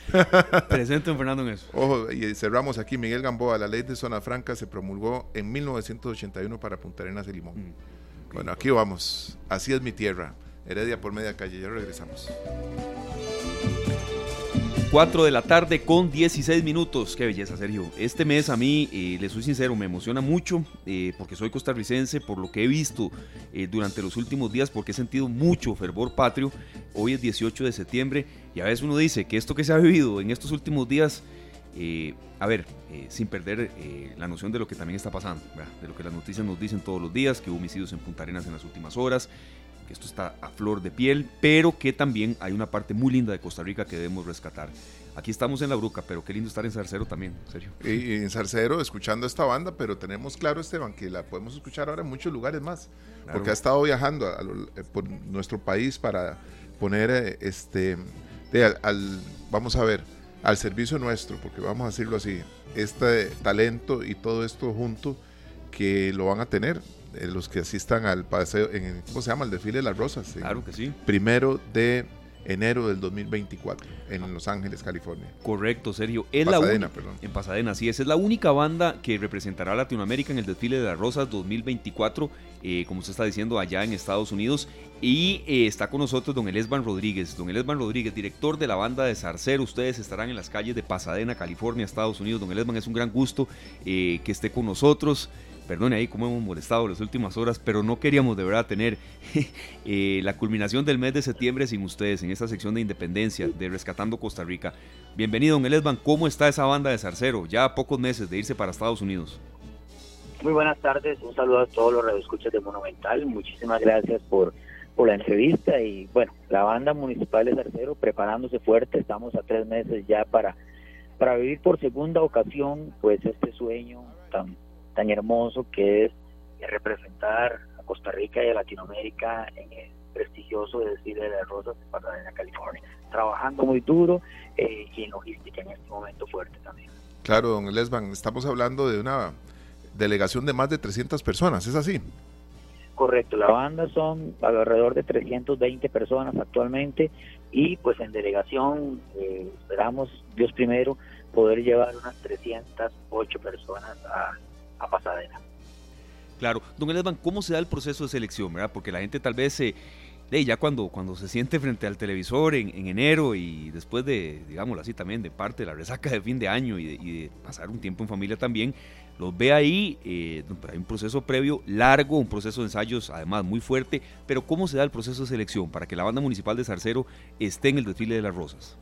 Presente don Fernando en eso. Ojo, y cerramos aquí, Miguel Gamboa, la ley de zona franca se promulgó en mil novecientos ochenta y uno para Punta Arenas y Limón. Mm, okay. Bueno, aquí vamos, así es mi tierra, Heredia por media calle, ya regresamos. cuatro de la tarde con dieciséis minutos, qué belleza, Sergio. Este mes a mí, eh, les soy sincero, me emociona mucho eh, porque soy costarricense, por lo que he visto eh, durante los últimos días, porque he sentido mucho fervor patrio. Hoy es dieciocho de septiembre y a veces uno dice que esto que se ha vivido en estos últimos días, eh, a ver, eh, sin perder eh, la noción de lo que también está pasando, ¿verdad? De lo que las noticias nos dicen todos los días, que hubo homicidios en Punta Arenas en las últimas horas, que esto está a flor de piel, pero que también hay una parte muy linda de Costa Rica que debemos rescatar. Aquí estamos en La Bruca, pero qué lindo estar en Zarcero también, en serio. Y, y en Zarcero escuchando esta banda, pero tenemos claro, Esteban, que la podemos escuchar ahora en muchos lugares más, claro. Porque ha estado viajando a, a, por nuestro país para poner este, de, al, al, vamos a ver, al servicio nuestro, porque vamos a decirlo así, este talento y todo esto junto que lo van a tener eh, los que asistan al paseo, en, ¿cómo se llama? El desfile de las rosas. Claro que sí. Primero de enero del dos mil veinticuatro en Los Ángeles, California. Correcto, Sergio. Es Pasadena, la un... perdón. En Pasadena, sí, esa es la única banda que representará a Latinoamérica en el desfile de las rosas dos mil veinticuatro, eh, como usted está diciendo, allá en Estados Unidos. Y eh, está con nosotros don Elesban Rodríguez. Don Elesban Rodríguez, director de la banda de Zarcero. Ustedes estarán en las calles de Pasadena, California, Estados Unidos. Don Elesban, es un gran gusto eh, que esté con nosotros. Perdone ahí cómo hemos molestado las últimas horas, pero no queríamos de verdad tener eh, la culminación del mes de septiembre sin ustedes en esta sección de Independencia, de Rescatando Costa Rica. Bienvenido, don Elesban. ¿Cómo está esa banda de Zarcero? Ya a pocos meses de irse para Estados Unidos. Muy buenas tardes, un saludo a todos los radioescuchas de Monumental. Muchísimas gracias por, por la entrevista. Y bueno, la banda municipal de Zarcero preparándose fuerte. Estamos a tres meses ya para, para vivir por segunda ocasión pues este sueño tan tan hermoso que es representar a Costa Rica y a Latinoamérica en el prestigioso desfile de las rosas de Pasadena, California, trabajando muy duro eh, y en logística en este momento fuerte también. Claro, don Elesban, estamos hablando de una delegación de más de trescientas personas, ¿es así? Correcto, la banda son alrededor de trescientas veinte personas actualmente y pues en delegación eh, esperamos, Dios primero, poder llevar unas trescientas ocho personas a a Pasadena. Claro, don Elesban, ¿cómo se da el proceso de selección, verdad? Porque la gente tal vez se, eh, ya cuando, cuando se siente frente al televisor en, en enero y después de, digámoslo así también, de parte de la resaca de fin de año y de, y de pasar un tiempo en familia también, los ve ahí, eh, hay un proceso previo largo, un proceso de ensayos además muy fuerte, pero ¿cómo se da el proceso de selección para que la banda municipal de Zarcero esté en el desfile de las rosas?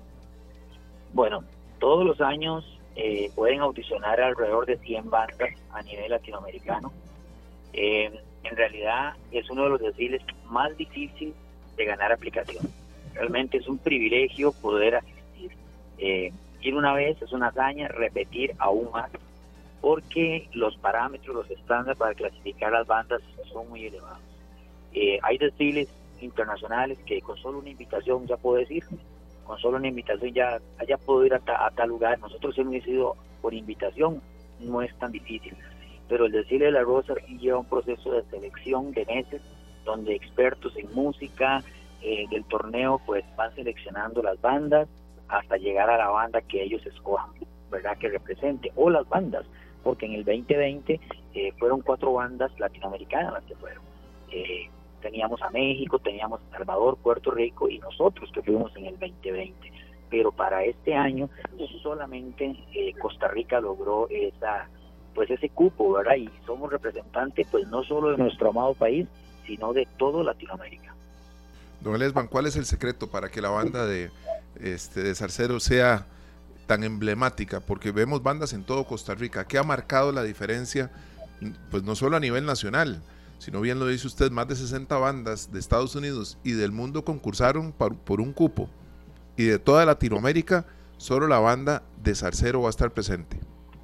Bueno, todos los años Eh, pueden audicionar alrededor de cien bandas a nivel latinoamericano. Eh, en realidad es uno de los desfiles más difíciles de ganar aplicación. Realmente es un privilegio poder asistir. Eh, ir una vez es una hazaña, repetir aún más, porque los parámetros, los estándares para clasificar las bandas son muy elevados. Eh, hay desfiles internacionales que con solo una invitación ya puedo decir, con solo una invitación ya, ya puedo ir a, ta, a tal lugar. Nosotros hemos ido por invitación, no es tan difícil, pero el desfile de la Rosa sí lleva un proceso de selección de meses, donde expertos en música eh, del torneo pues van seleccionando las bandas hasta llegar a la banda que ellos escojan, ¿verdad?, que represente, o las bandas, porque en el veinte veinte eh, fueron cuatro bandas latinoamericanas las que fueron. Eh, teníamos a México, teníamos a Salvador, Puerto Rico y nosotros que fuimos en el veinte veinte. Pero para este año solamente eh, Costa Rica logró esa, pues ese cupo, ¿verdad? Y somos representantes pues no solo de nuestro amado país, sino de toda Latinoamérica. Don Elesban, ¿cuál es el secreto para que la banda de, este, de Zarcero sea tan emblemática? Porque vemos bandas en todo Costa Rica. ¿Qué ha marcado la diferencia? Pues no solo a nivel nacional, sino bien lo dice usted, más de sesenta bandas de Estados Unidos y del mundo concursaron por, por un cupo. Y de toda Latinoamérica, solo la banda de Zarcero va a estar presente.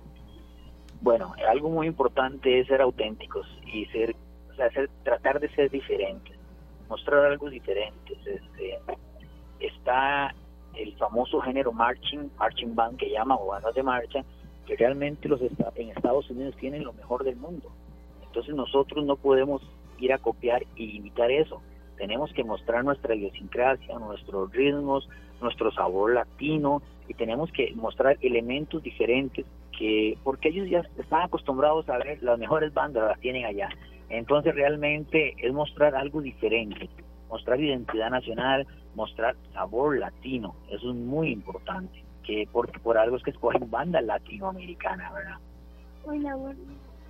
Bueno, algo muy importante es ser auténticos y ser, o sea, ser, tratar de ser diferentes, mostrar algo diferente. Este, está el famoso género marching, marching band que llama, o bandas de marcha, que realmente los en Estados Unidos tienen lo mejor del mundo. Entonces nosotros no podemos ir a copiar y imitar eso. Tenemos que mostrar nuestra idiosincrasia, nuestros ritmos, nuestro sabor latino, y tenemos que mostrar elementos diferentes, que porque ellos ya están acostumbrados a ver las mejores bandas, las tienen allá. Entonces realmente es mostrar algo diferente, mostrar identidad nacional, mostrar sabor latino. Eso es muy importante, que porque por algo es que escogen banda latinoamericana, ¿verdad? Hola, bueno.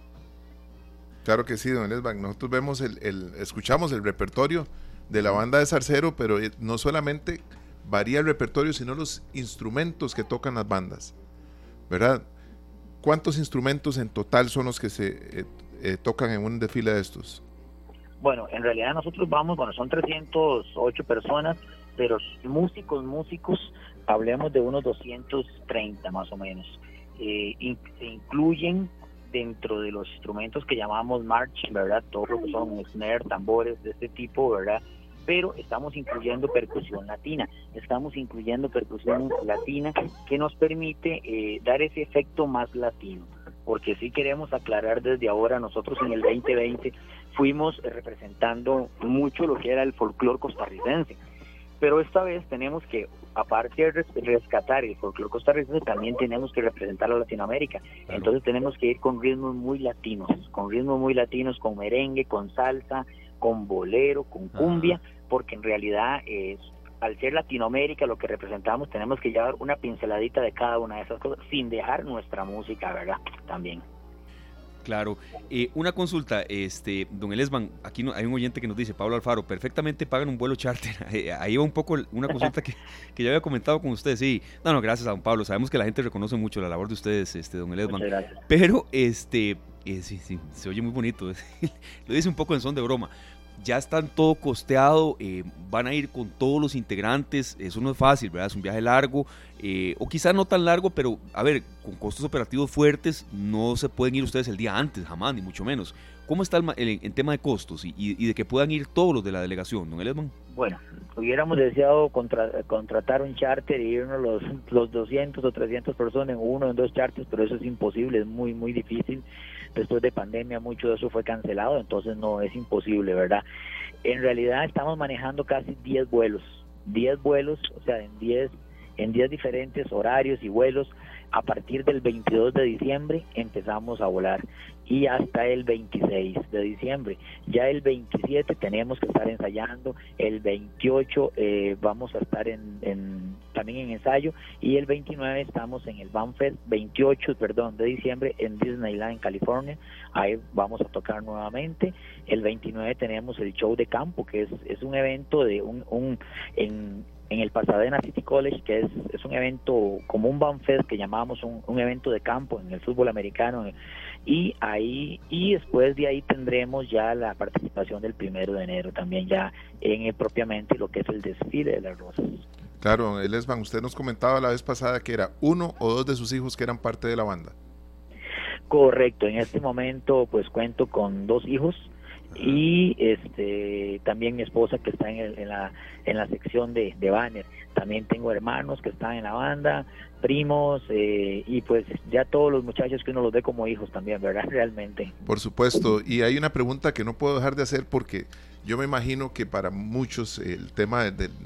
Claro que sí, don Elesban. Nosotros vemos el, el, escuchamos el repertorio de la banda de Zarcero, pero no solamente varía el repertorio, sino los instrumentos que tocan las bandas, ¿verdad? ¿Cuántos instrumentos en total son los que se eh, eh, tocan en un desfile de estos? Bueno, en realidad nosotros vamos, bueno, son trescientas ocho personas, pero músicos, músicos, hablemos de unos doscientos treinta más o menos. Eh, in, se incluyen dentro de los instrumentos que llamamos march, ¿verdad? Todo lo que son snare, tambores de este tipo, ¿verdad? Pero estamos incluyendo percusión latina, estamos incluyendo percusión latina que nos permite eh, dar ese efecto más latino, porque sí queremos aclarar desde ahora, nosotros en el veinte veinte fuimos representando mucho lo que era el folclore costarricense, pero esta vez tenemos que, aparte de rescatar el folclore costarricense, también tenemos que representar a Latinoamérica. Claro. Entonces tenemos que ir con ritmos muy latinos, con ritmos muy latinos, con merengue, con salsa, con bolero, con cumbia, Ajá. porque en realidad es, al ser Latinoamérica lo que representamos, tenemos que llevar una pinceladita de cada una de esas cosas, sin dejar nuestra música, ¿verdad? También. Claro. Eh, una consulta, este, don Elesban, aquí no, hay un oyente que nos dice, Pablo Alfaro, perfectamente pagan un vuelo charter. Ahí va un poco una consulta que, que ya había comentado con ustedes. Sí, no, no, gracias a don Pablo. Sabemos que la gente reconoce mucho la labor de ustedes, este, don Elesban. Muchas gracias. Pero, este, eh, sí, sí, se oye muy bonito. Lo dice un poco en son de broma. Ya están todo costeado, eh, van a ir con todos los integrantes, eso no es fácil, ¿verdad? Es un viaje largo, eh, o quizás no tan largo, pero a ver, con costos operativos fuertes, no se pueden ir ustedes el día antes, jamás, ni mucho menos. ¿Cómo está el, el, el tema de costos y, y de que puedan ir todos los de la delegación, don Elesban? Bueno, hubiéramos deseado contra, contratar un charter y irnos los, los doscientos o trescientas personas en uno o en dos charters, pero eso es imposible, es muy, muy difícil. Después de pandemia mucho de eso fue cancelado, entonces no, es imposible, ¿verdad? En realidad estamos manejando casi diez vuelos, diez vuelos, o sea, en diez en diez diferentes horarios y vuelos. A partir del veintidós de diciembre empezamos a volar y hasta el veintiséis de diciembre. Ya el veintisiete tenemos que estar ensayando, el veintiocho eh, vamos a estar en, en también en ensayo, y el veintinueve estamos en el Banfest, veintiocho, perdón, de diciembre en Disneyland, California. Ahí vamos a tocar nuevamente. El veintinueve tenemos el show de campo, que es, es un evento de un, un en en el Pasadena City College, que es, es un evento como un Banfest que llamábamos un, un evento de campo en el fútbol americano, y ahí y después de ahí tendremos ya la participación del primero de enero también ya en el, propiamente lo que es el desfile de las rosas. Claro, Elesban, usted nos comentaba la vez pasada que era uno o dos de sus hijos que eran parte de la banda. Correcto, en este momento pues cuento con dos hijos y este también mi esposa que está en, el, en la en la sección de, de banner. También tengo hermanos que están en la banda, primos, eh, y pues ya todos los muchachos que uno los ve como hijos también, ¿verdad? Realmente. Por supuesto, y hay una pregunta que no puedo dejar de hacer porque yo me imagino que para muchos el tema del de,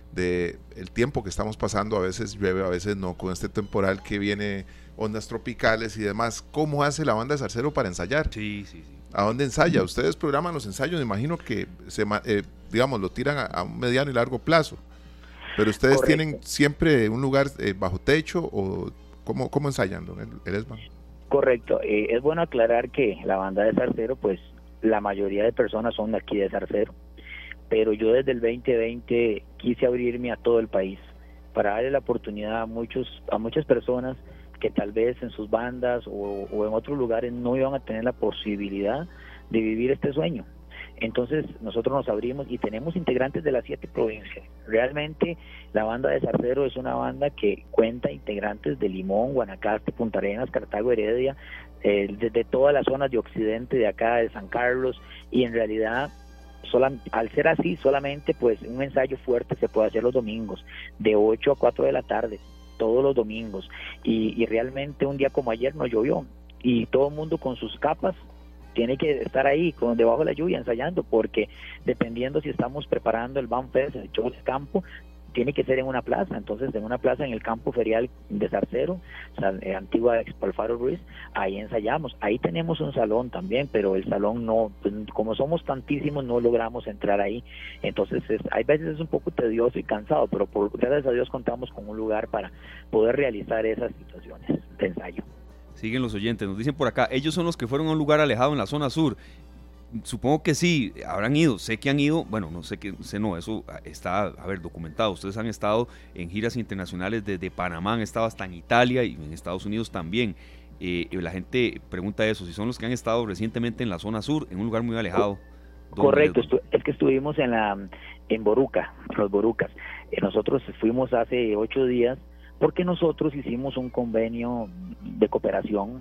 de el tiempo que estamos pasando, a veces llueve, a veces no, con este temporal que viene, ondas tropicales y demás, ¿cómo hace la banda de Zarcero para ensayar? Sí, sí, sí. ¿A dónde ensaya? Ustedes programan los ensayos, me imagino que se, eh, digamos, lo tiran a, a un mediano y largo plazo, pero ustedes Correcto. ¿Tienen siempre un lugar eh, bajo techo o cómo, cómo ensayan, don Elesban? Correcto, eh, es bueno aclarar que la banda de Zarcero, pues la mayoría de personas son de aquí de Zarcero, pero yo desde el veinte veinte quise abrirme a todo el país para darle la oportunidad a muchos a muchas personas que tal vez en sus bandas o, o en otros lugares no iban a tener la posibilidad de vivir este sueño. Entonces nosotros nos abrimos y tenemos integrantes de las siete provincias. Realmente la banda de Zarcero es una banda que cuenta integrantes de Limón, Guanacaste, Punta Arenas, Cartago, Heredia, eh, de, de todas las zonas de occidente, de acá de San Carlos, y en realidad Sola, al ser así, solamente pues un ensayo fuerte se puede hacer los domingos, de ocho a cuatro de la tarde, todos los domingos, y, y realmente un día como ayer no llovió, y todo el mundo con sus capas tiene que estar ahí, con debajo de la lluvia, ensayando, porque dependiendo si estamos preparando el Banfest, el show de campo, tiene que ser en una plaza. Entonces en una plaza en el campo ferial de Zarcero, eh, antigua Expo Alfaro Ruiz, ahí ensayamos. Ahí tenemos un salón también, pero el salón no, pues, como somos tantísimos no logramos entrar ahí. Entonces es, hay veces es un poco tedioso y cansado, pero por gracias a Dios contamos con un lugar para poder realizar esas situaciones de ensayo. Siguen los oyentes, nos dicen por acá, ellos son los que fueron a un lugar alejado en la zona sur. Supongo que sí, habrán ido, sé que han ido, bueno, no sé que, sé no, eso está, a ver, documentado. Ustedes han estado en giras internacionales desde Panamá, han estado hasta en Italia y en Estados Unidos también. Eh, la gente pregunta eso, si son los que han estado recientemente en la zona sur, en un lugar muy alejado. Correcto, estu- es que estuvimos en la en Boruca, los Borucas. Eh, nosotros fuimos hace ocho días porque nosotros hicimos un convenio de cooperación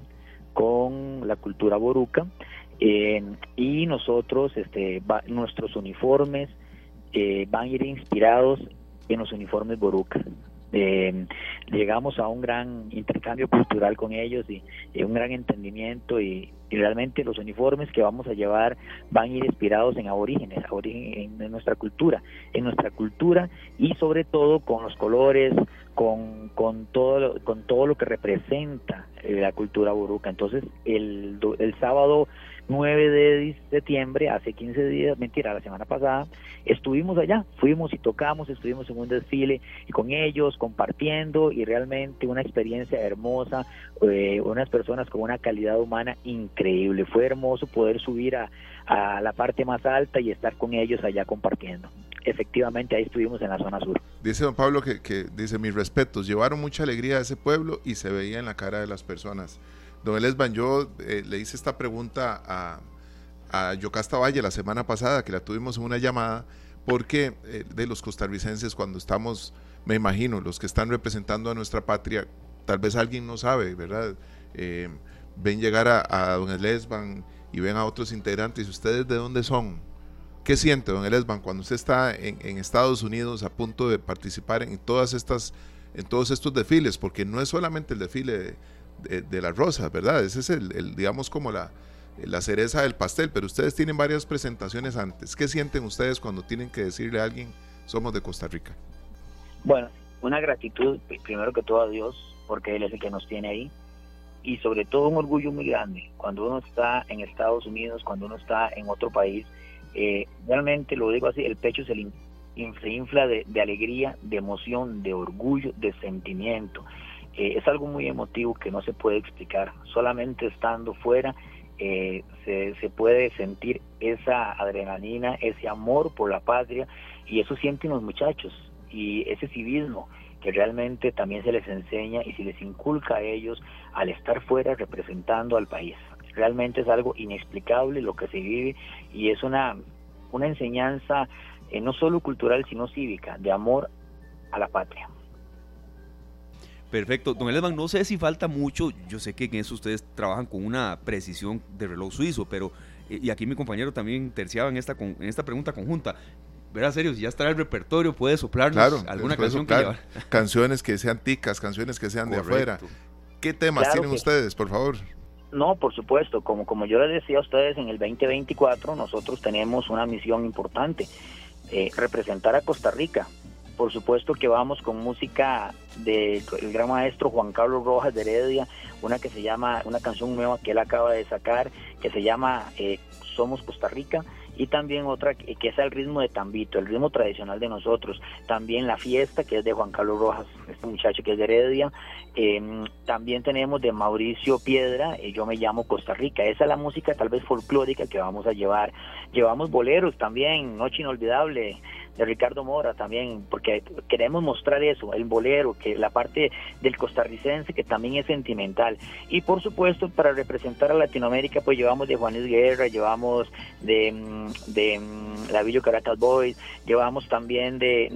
con la cultura Boruca. Eh, y nosotros, este, va, nuestros uniformes eh, van a ir inspirados en los uniformes Boruca. Eh, llegamos a un gran intercambio cultural con ellos y, y un gran entendimiento y, y realmente los uniformes que vamos a llevar van a ir inspirados en aborígenes, aborigen, en nuestra cultura, en nuestra cultura y sobre todo con los colores, con, con todo lo, con todo lo que representa eh, la cultura Boruca. Entonces el, el sábado nueve de septiembre, hace quince días, mentira, la semana pasada, estuvimos allá, fuimos y tocamos, estuvimos en un desfile y con ellos compartiendo y realmente una experiencia hermosa, eh, unas personas con una calidad humana increíble. Fue hermoso poder subir a, a la parte más alta y estar con ellos allá compartiendo. Efectivamente, ahí estuvimos en la zona sur. Dice don Pablo que, que dice, mis respetos, llevaron mucha alegría a ese pueblo y se veía en la cara de las personas. Don Elesban, yo eh, le hice esta pregunta a, a Yocasta Valle la semana pasada, que la tuvimos en una llamada, porque eh, de los costarricenses cuando estamos, me imagino, los que están representando a nuestra patria, tal vez alguien no sabe, ¿verdad? Eh, ven llegar a, a don Elesban y ven a otros integrantes, ¿ustedes de dónde son? ¿Qué siente don Elesban cuando usted está en, en Estados Unidos a punto de participar en todas estas, en todos estos desfiles? Porque no es solamente el desfile de, de, de las rosas, ¿verdad? Ese es el, el digamos como la, la cereza del pastel, pero ustedes tienen varias presentaciones antes. ¿Qué sienten ustedes cuando tienen que decirle a alguien, somos de Costa Rica? Bueno, una gratitud primero que todo a Dios, porque Él es el que nos tiene ahí, y sobre todo un orgullo muy grande cuando uno está en Estados Unidos, cuando uno está en otro país. Eh, realmente lo digo así, el pecho se, in, se infla de, de alegría, de emoción, de orgullo, de sentimiento. Eh, es algo muy emotivo que no se puede explicar. Solamente estando fuera eh, se, se puede sentir esa adrenalina, ese amor por la patria, y eso sienten los muchachos. y ese civismo que realmente también se les enseña y se les inculca a ellos al estar fuera representando al país. Realmente es algo inexplicable lo que se vive y es una, una enseñanza eh, no solo cultural sino cívica, de amor a la patria. Perfecto. Don Eledman, no sé si falta mucho, yo sé que en eso ustedes trabajan con una precisión de reloj suizo, pero, y aquí mi compañero también terciaba en esta, en esta pregunta conjunta, ¿verdad, serio? Si ya estará el repertorio, puede soplarnos claro, alguna canción soplar, que lleva. Canciones que sean ticas, canciones que sean Correcto. de afuera. ¿Qué temas Claro tienen que ustedes, por favor? No, por supuesto, como, como yo les decía a ustedes, en el veinte veinticuatro nosotros tenemos una misión importante, eh, representar a Costa Rica. Por supuesto que vamos con música del gran maestro Juan Carlos Rojas de Heredia, una que se llama, una canción nueva que él acaba de sacar, que se llama eh, Somos Costa Rica, y también otra que, que es el ritmo de tambito, el ritmo tradicional de nosotros. También La Fiesta, que es de Juan Carlos Rojas, este muchacho que es de Heredia. Eh, también tenemos de Mauricio Piedra, eh, Yo me llamo Costa Rica. Esa es la música tal vez folclórica que vamos a llevar. Llevamos boleros también, Noche Inolvidable, de Ricardo Mora también, porque queremos mostrar eso, el bolero, que la parte del costarricense que también es sentimental. Y por supuesto, para representar a Latinoamérica, pues llevamos de Juanes Guerra, llevamos de, de la Villo Caracas Boys, llevamos también de,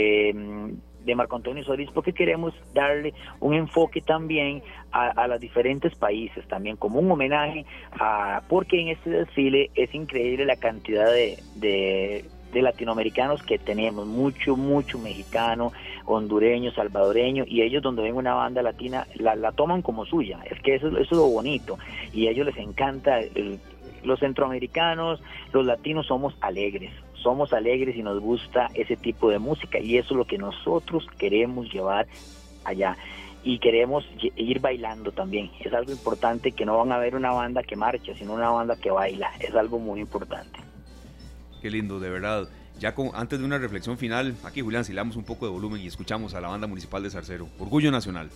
de, de Marco Antonio Solís, porque queremos darle un enfoque también a, a los diferentes países, también como un homenaje, a, porque en este desfile es increíble la cantidad de... de de latinoamericanos que tenemos, mucho, mucho mexicano, hondureño, salvadoreño, y ellos donde ven una banda latina, la, la toman como suya, es que eso, eso es lo bonito, y a ellos les encanta, el, los centroamericanos, los latinos somos alegres, somos alegres y nos gusta ese tipo de música, y eso es lo que nosotros queremos llevar allá. Y queremos ir bailando también, es algo importante, que no van a ver una banda que marcha, sino una banda que baila, es algo muy importante. Qué lindo, de verdad. Ya con, antes de una reflexión final, aquí Julián, si le damos un poco de volumen y escuchamos a la banda municipal de Zarcero. Orgullo nacional.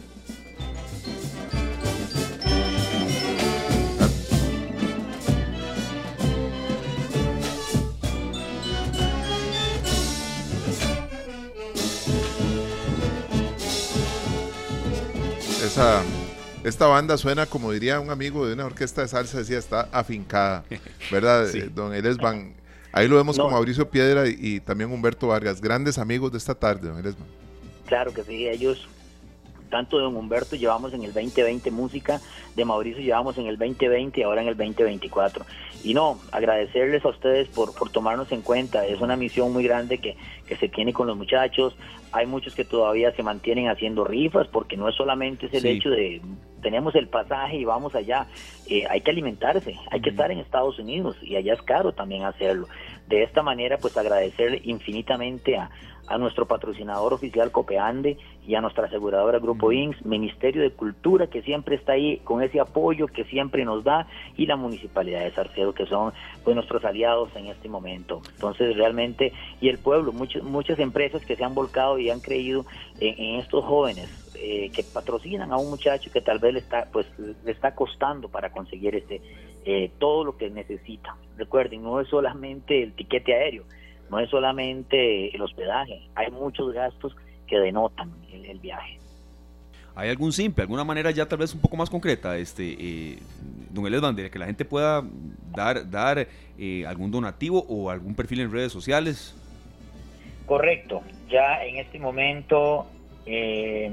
Esa, esta banda suena, como diría un amigo de una orquesta de salsa, decía, está afincada, ¿verdad? Sí. Eh, don Eledman. Ahí lo vemos No. con Mauricio Piedra y, y también Humberto Vargas, grandes amigos de esta tarde, don Eledman. Claro que sí, ellos, tanto de don Humberto llevamos en el veinte veinte música, de Mauricio llevamos en el veinte veinte y ahora en el veinte veinticuatro. Y no, agradecerles a ustedes por, por tomarnos en cuenta, es una misión muy grande que, que se tiene con los muchachos. Hay muchos que todavía se mantienen haciendo rifas, porque no es solamente ese el Sí. hecho de tenemos el pasaje y vamos allá, eh, hay que alimentarse, hay que Ujú. estar en Estados Unidos y allá es caro también hacerlo. De esta manera, pues agradecerle infinitamente a, a nuestro patrocinador oficial Copeande y a nuestra aseguradora Grupo Ujú. I N S, Ministerio de Cultura, que siempre está ahí con ese apoyo que siempre nos da, y la Municipalidad de Zarcero, que son pues nuestros aliados en este momento. Entonces realmente, y el pueblo, muchas muchas empresas que se han volcado y han creído en, en estos jóvenes, eh, que patrocinan a un muchacho que tal vez le está, pues, le está costando para conseguir este eh, todo lo que necesita. Recuerden, no es solamente el tiquete aéreo, no es solamente el hospedaje, hay muchos gastos que denotan el, el viaje. ¿Hay algún simple, alguna manera ya tal vez un poco más concreta, este, eh, don Eledman, de que la gente pueda dar, dar eh, algún donativo o algún perfil en redes sociales? Correcto, ya en este momento eh,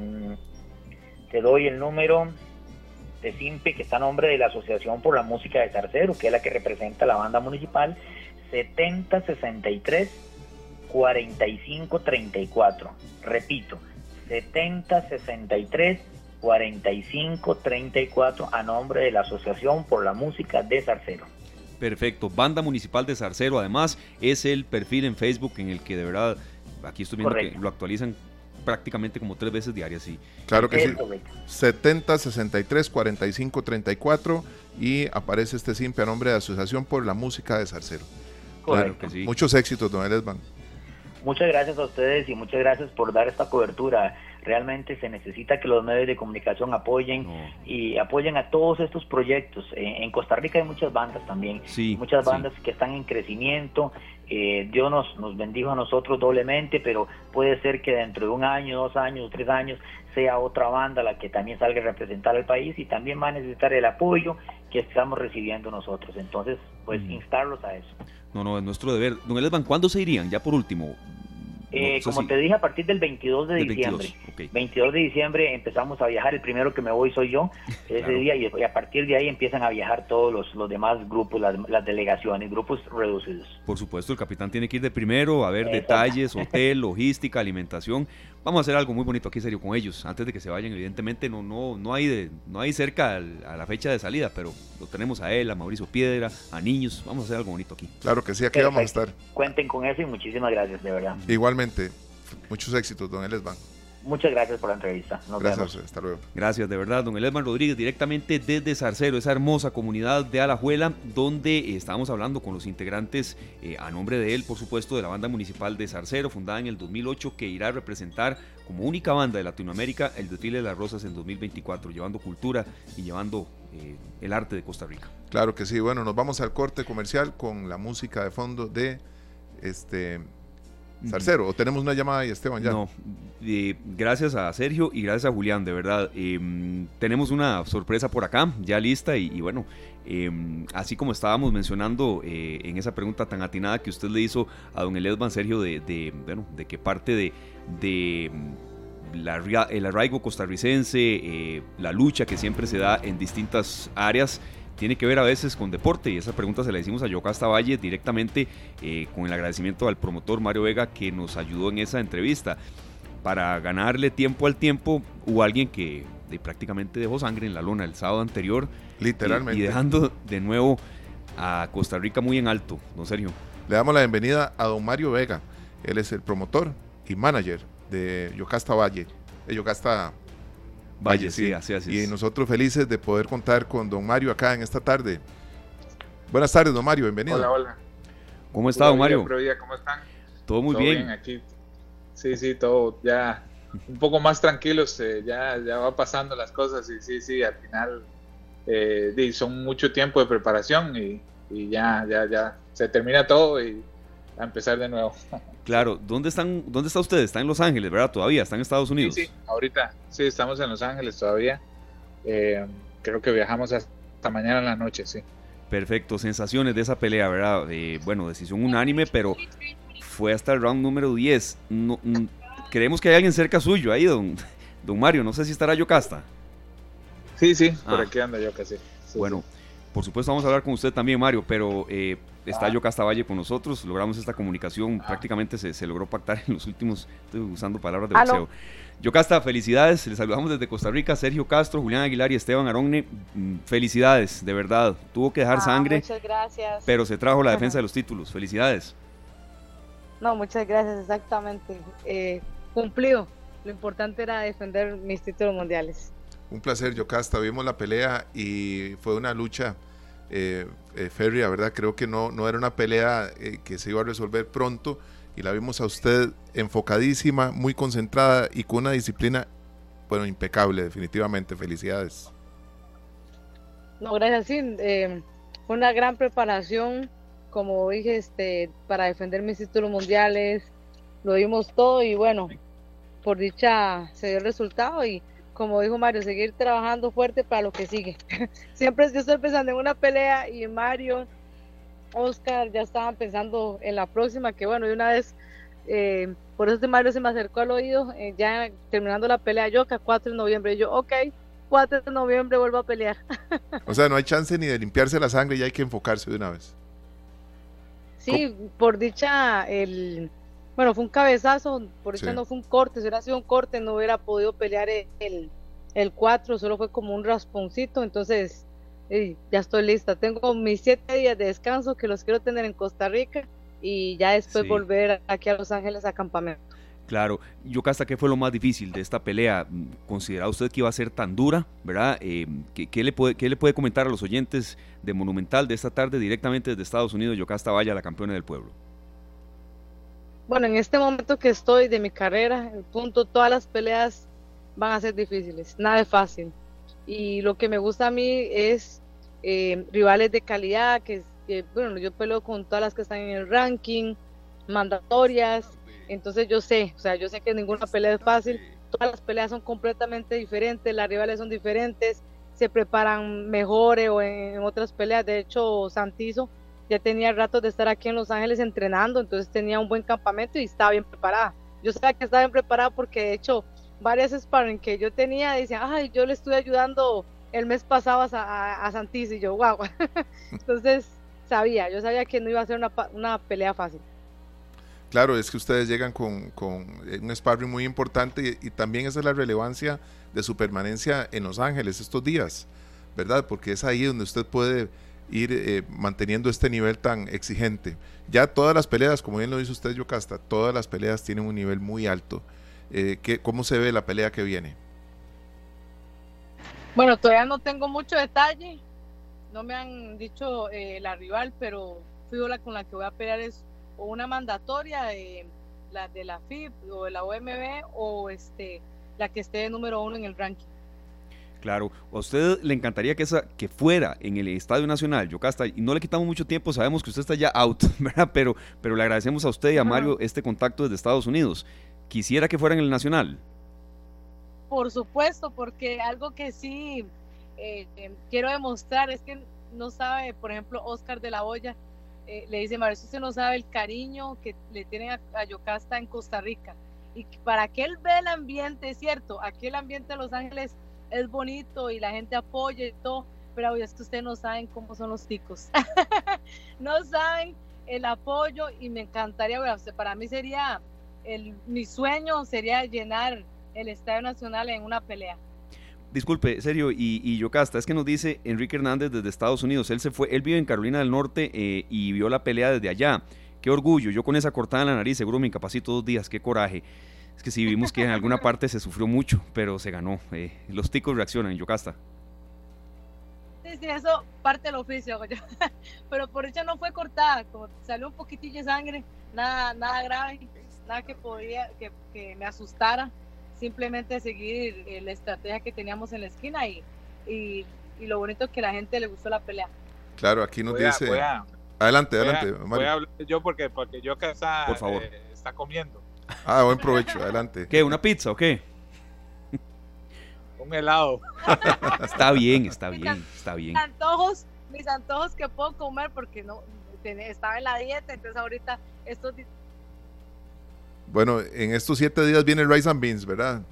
te doy el número de SIMPE, que está a nombre de la Asociación por la Música de Zarcero, que es la que representa la banda municipal, setenta sesenta y tres cuarenta y cinco treinta y cuatro. Repito, setenta sesenta y tres cuarenta y cinco treinta y cuatro, a nombre de la Asociación por la Música de Zarcero. Perfecto, Banda Municipal de Zarcero, además es el perfil en Facebook en el que de verdad, aquí estoy viendo Correcto. que lo actualizan prácticamente como tres veces diarias, sí. Claro que sí. Es correcto. setenta sesenta y tres cuarenta y cinco treinta y cuatro y aparece este simple a nombre de Asociación por la Música de Zarcero. Claro Correcto. que sí. Muchos éxitos, don Eledman. Muchas gracias a ustedes y muchas gracias por dar esta cobertura realmente se necesita que los medios de comunicación apoyen No. y apoyen a todos estos proyectos. En, en Costa Rica hay muchas bandas también, Sí, muchas sí. bandas que están en crecimiento. Eh, Dios nos, nos bendijo a nosotros doblemente, pero puede ser que dentro de un año, dos años, tres años sea otra banda la que también salga a representar al país y también va a necesitar el apoyo que estamos recibiendo nosotros. Entonces, pues Mm. instarlos a eso. No, no, es nuestro deber. Don Elesban, ¿cuándo se irían? Ya por último. Eh, No sé como si- te dije, a partir del veintidós de del diciembre. veintidós, ok. veintidós de diciembre empezamos a viajar, el primero que me voy soy yo ese Claro. día, y, y a partir de ahí empiezan a viajar todos los, los demás grupos, las, las delegaciones, grupos reducidos. Por supuesto, el capitán tiene que ir de primero a ver Exacto. detalles, hotel, logística, alimentación. Vamos a hacer algo muy bonito aquí, serio, con ellos. Antes de que se vayan, evidentemente no no no hay de, no hay cerca al- a la fecha de salida, pero lo tenemos a él, a Mauricio Piedra, a niños. Vamos a hacer algo bonito aquí. Claro que sí, aquí vamos a estar. Cuenten con eso y muchísimas gracias, de verdad. Igualmente, muchos éxitos, don Elesban. Muchas gracias por la entrevista. Nos Gracias a vemos. usted, hasta luego. Gracias, de verdad, don Elesban Rodríguez, directamente desde Zarcero, esa hermosa comunidad de Alajuela, donde eh, estábamos hablando con los integrantes, eh, a nombre de él, por supuesto, de la banda municipal de Zarcero, fundada en el dos mil ocho, que irá a representar como única banda de Latinoamérica el desfile de las rosas en dos mil veinticuatro, llevando cultura y llevando eh, el arte de Costa Rica. Claro que sí. Bueno, nos vamos al corte comercial con la música de fondo de este Zarcero. ¿O tenemos una llamada ahí, Esteban? Ya. No, eh, gracias a Sergio y gracias a Julián, de verdad. Eh, tenemos una sorpresa por acá, ya lista, y, y bueno, eh, así como estábamos mencionando eh, en esa pregunta tan atinada que usted le hizo a don Elesban, Sergio, de, de, bueno, de que parte de, de la, el arraigo costarricense, eh, la lucha que siempre se da en distintas áreas, tiene que ver a veces con deporte, y esa pregunta se la hicimos a Yocasta Valle directamente, eh, con el agradecimiento al promotor Mario Vega, que nos ayudó en esa entrevista. Para ganarle tiempo al tiempo, hubo alguien que de, prácticamente dejó sangre en la lona el sábado anterior, Literalmente. y, y dejando de nuevo a Costa Rica muy en alto, don Sergio. Le damos la bienvenida a don Mario Vega. Él es el promotor y manager de Yocasta Valle, de Yocasta Valle, sí, así, así Y es. nosotros felices de poder contar con don Mario acá en esta tarde. Buenas tardes, don Mario, bienvenido. Hola, hola. ¿Cómo está, don Puro día, Mario? puro día, ¿cómo están? Todo muy ¿Todo bien. aquí. Sí, sí, todo ya un poco más tranquilos, eh, ya, ya va pasando las cosas y sí, sí, al final eh, di, son mucho tiempo de preparación y, y ya, ya, ya se termina todo y a empezar de nuevo. Claro, ¿dónde están, dónde está usted? Está en Los Ángeles, ¿verdad? Todavía, está en Estados Unidos. Sí, sí, ahorita sí, estamos en Los Ángeles todavía. Eh, creo que viajamos hasta mañana en la noche, sí. Perfecto, sensaciones de esa pelea, ¿verdad? Eh, bueno, decisión unánime, pero fue hasta el round número diez. No, mm, creemos que hay alguien cerca suyo ahí, don, don Mario. No sé si estará Yocasta. Sí, sí, por Ah. aquí ando yo casi. Sí, Bueno, sí. por supuesto vamos a hablar con usted también, Mario, pero eh, está Ah. Yocasta Valle con nosotros. Logramos esta comunicación, Ah. prácticamente se, se logró pactar en los últimos, estoy usando palabras de Aló. boxeo. Yocasta, felicidades, les saludamos desde Costa Rica, Sergio Castro, Julián Aguilar y Esteban Aronne. Mm, Felicidades, de verdad. Tuvo que dejar Ah, sangre, Muchas gracias. pero se trajo la Ajá. defensa de los títulos. Felicidades. No, muchas gracias, exactamente. Eh, cumplido. Lo importante era defender mis títulos mundiales. Un placer, Yocasta. Vimos la pelea y fue una lucha eh, eh, férrea, ¿verdad? Creo que no, no era una pelea eh, que se iba a resolver pronto, y la vimos a usted enfocadísima, muy concentrada y con una disciplina, bueno, impecable, definitivamente. Felicidades. No, gracias, sí. eh, fue una gran preparación, como dije, este, para defender mis títulos mundiales. Lo dimos todo y bueno, por dicha se dio el resultado y como dijo Mario, seguir trabajando fuerte para lo que sigue. Siempre yo estoy pensando en una pelea y Mario, Oscar ya estaban pensando en la próxima, que bueno, de una vez, eh, por eso este Mario se me acercó al oído, eh, ya terminando la pelea, yo que a cuatro de noviembre, y yo, ok, cuatro de noviembre vuelvo a pelear. O sea, no hay chance ni de limpiarse la sangre, ya hay que enfocarse de una vez. Sí, por dicha, el, bueno, fue un cabezazo, por dicha Sí. no fue un corte, si hubiera sido un corte no hubiera podido pelear el, el cuatro, solo fue como un rasponcito, entonces eh, ya estoy lista, tengo mis siete días de descanso que los quiero tener en Costa Rica y ya después Sí. volver aquí a Los Ángeles a campamento. Claro, Yocasta, ¿qué fue lo más difícil de esta pelea? ¿Consideraba usted que iba a ser tan dura, verdad? Eh, ¿qué, qué le puede, ¿Qué le puede comentar a los oyentes de Monumental de esta tarde directamente desde Estados Unidos, Yocasta Valle, la campeona del pueblo? Bueno, en este momento que estoy de mi carrera, el punto, todas las peleas van a ser difíciles, nada es fácil. Y lo que me gusta a mí es eh, rivales de calidad, que, que bueno, yo peleo con todas las que están en el ranking, mandatorias, entonces yo sé, o sea, yo sé que ninguna pelea es fácil, todas las peleas son completamente diferentes, las rivales son diferentes, se preparan mejores o en, en otras peleas. De hecho, Santizo ya tenía ratos de estar aquí en Los Ángeles entrenando, entonces tenía un buen campamento y estaba bien preparada. Yo sabía que estaba bien preparada porque de hecho varias sparring que yo tenía decían, ay, yo le estuve ayudando el mes pasado a, a, a Santizo, y yo, guau. Entonces sabía, yo sabía que no iba a ser una, una pelea fácil. Claro, es que ustedes llegan con, con un sparring muy importante y, y también esa es la relevancia de su permanencia en Los Ángeles estos días, ¿verdad? Porque es ahí donde usted puede ir eh, manteniendo este nivel tan exigente. Ya todas las peleas, como bien lo dice usted, Yocasta, todas las peleas tienen un nivel muy alto. Eh, ¿qué, ¿Cómo se ve la pelea que viene? Bueno, todavía no tengo mucho detalle, no me han dicho eh, la rival, pero fijo la con la que voy a pelear es o una mandatoria de la de la F I B o de la O M B o este la que esté de número uno en el ranking. Claro, a usted le encantaría que esa que fuera en el Estadio Nacional, Yocasta, y no le quitamos mucho tiempo, sabemos que usted está ya out, ¿verdad? Pero, pero le agradecemos a usted y a Mario este contacto desde Estados Unidos. ¿Quisiera que fuera en el Nacional? Por supuesto, porque algo que sí eh, eh, quiero demostrar es que no sabe, por ejemplo, Oscar de la Hoya, eh, le dice, Mario, usted no sabe el cariño que le tienen a, a Yocasta en Costa Rica, y para que él vea el ambiente, es cierto, aquí el ambiente de Los Ángeles es bonito y la gente apoya y todo, pero es que ustedes no saben cómo son los ticos, no saben el apoyo, y me encantaría, bueno, para mí sería, el, mi sueño sería llenar el Estadio Nacional en una pelea. Disculpe, serio, y, y Yocasta, es que nos dice Enrique Hernández desde Estados Unidos, él se fue, él vive en Carolina del Norte eh, y vio la pelea desde allá. Qué orgullo, yo con esa cortada en la nariz seguro me incapacito dos días, qué coraje. Es que sí, vimos que en alguna parte se sufrió mucho, pero se ganó. Eh, los ticos reaccionan, Yocasta. Sí, sí, eso parte del oficio, pero por eso no fue cortada, como salió un poquitillo de sangre, nada, nada grave, nada que podía, que, que me asustara, simplemente seguir eh, la estrategia que teníamos en la esquina y, y, y lo bonito es que a la gente le gustó la pelea. Claro, aquí nos voy a, dice... voy a, adelante, voy adelante, a, Mario. Voy a hablar yo porque, porque Yocasta por favor. Eh, está comiendo. Ah, buen provecho, adelante. ¿Qué, una pizza o qué? Un helado. Está bien, está bien, está bien. Mis antojos, mis antojos que puedo comer porque no estaba en la dieta, entonces ahorita estos... Bueno, en estos siete días viene el Rice and Beans, ¿verdad?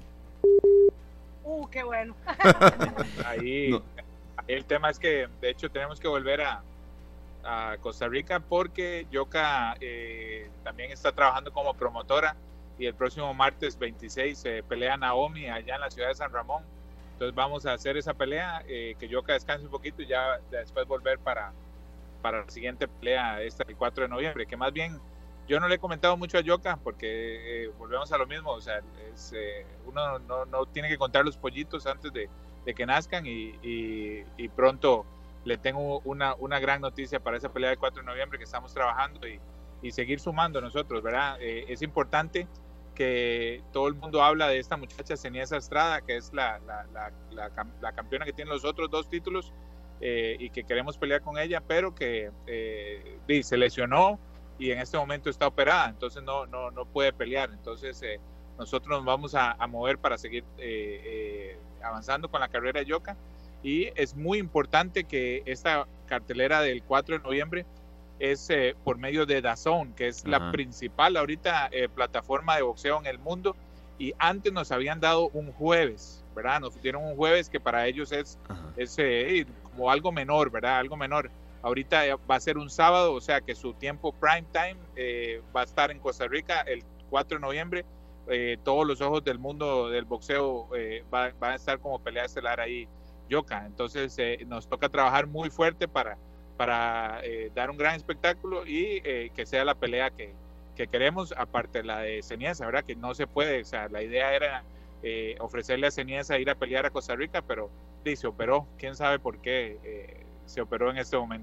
Uh, qué bueno. Ahí, no. ahí el tema es que de hecho tenemos que volver a, a Costa Rica porque Yoka eh, también está trabajando como promotora y el próximo martes veintiséis se eh, pelea Naomi allá en la ciudad de San Ramón. Entonces vamos a hacer esa pelea, eh, que Yoka descanse un poquito y ya después volver para, para la siguiente pelea, esta el cuatro de noviembre, que más bien yo no le he comentado mucho a Yoka porque eh, volvemos a lo mismo, o sea, es, eh, uno no, no tiene que contar los pollitos antes de, de que nazcan y, y, y pronto le tengo una, una gran noticia para esa pelea del cuatro de noviembre que estamos trabajando y, y seguir sumando nosotros, ¿verdad? Eh, es importante que todo el mundo habla de esta muchacha Ceniesa Estrada, que es la, la, la, la, la campeona que tiene los otros dos títulos eh, y que queremos pelear con ella, pero que eh, se lesionó y en este momento está operada, entonces no, no, no puede pelear. Entonces eh, nosotros nos vamos a, a mover para seguir eh, eh, avanzando con la carrera de Yoka, y es muy importante que esta cartelera del cuatro de noviembre es eh, por medio de D A Z N, que es Ajá. la principal ahorita eh, plataforma de boxeo en el mundo, y antes nos habían dado un jueves, ¿verdad? Nos dieron un jueves que para ellos es, es eh, como algo menor, ¿verdad? Algo menor. Ahorita va a ser un sábado, o sea que su tiempo prime time eh, va a estar en Costa Rica el cuatro de noviembre. Eh, todos los ojos del mundo del boxeo eh, van va a estar como pelea estelar ahí, Yoka. Entonces eh, nos toca trabajar muy fuerte para para eh, dar un gran espectáculo y eh, que sea la pelea que, que queremos, aparte la de Ceniesa, ¿verdad? Que no se puede, o sea, la idea era eh, ofrecerle a Ceniesa ir a pelear a Costa Rica, pero sí, se operó, quién sabe por qué eh, se operó en este momento.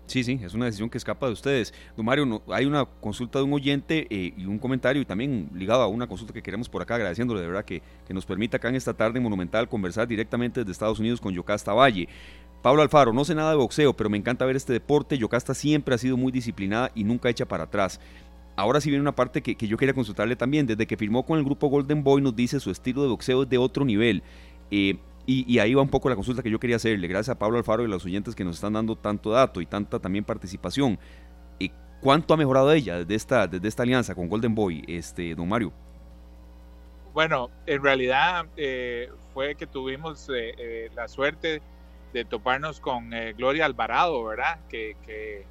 Sí, sí, es una decisión que escapa de ustedes. Don Mario, no, hay una consulta de un oyente eh, y un comentario y también ligado a una consulta que queremos por acá, agradeciéndole de verdad que, que nos permita acá en esta tarde en Monumental conversar directamente desde Estados Unidos con Yocasta Valle. Pablo Alfaro, no sé nada de boxeo, pero me encanta ver este deporte. Yocasta siempre ha sido muy disciplinada y nunca echa para atrás. Ahora sí viene una parte que, que yo quería consultarle también. Desde que firmó con el grupo Golden Boy nos dice su estilo de boxeo es de otro nivel. Eh, Y, y ahí va un poco la consulta que yo quería hacerle, gracias a Pablo Alfaro y a los oyentes que nos están dando tanto dato y tanta también participación. ¿Y cuánto ha mejorado ella desde esta, desde esta alianza con Golden Boy, este, don Mario? Bueno, en realidad eh, fue que tuvimos eh, eh, la suerte de toparnos con eh, Gloria Alvarado, ¿verdad? Que, que,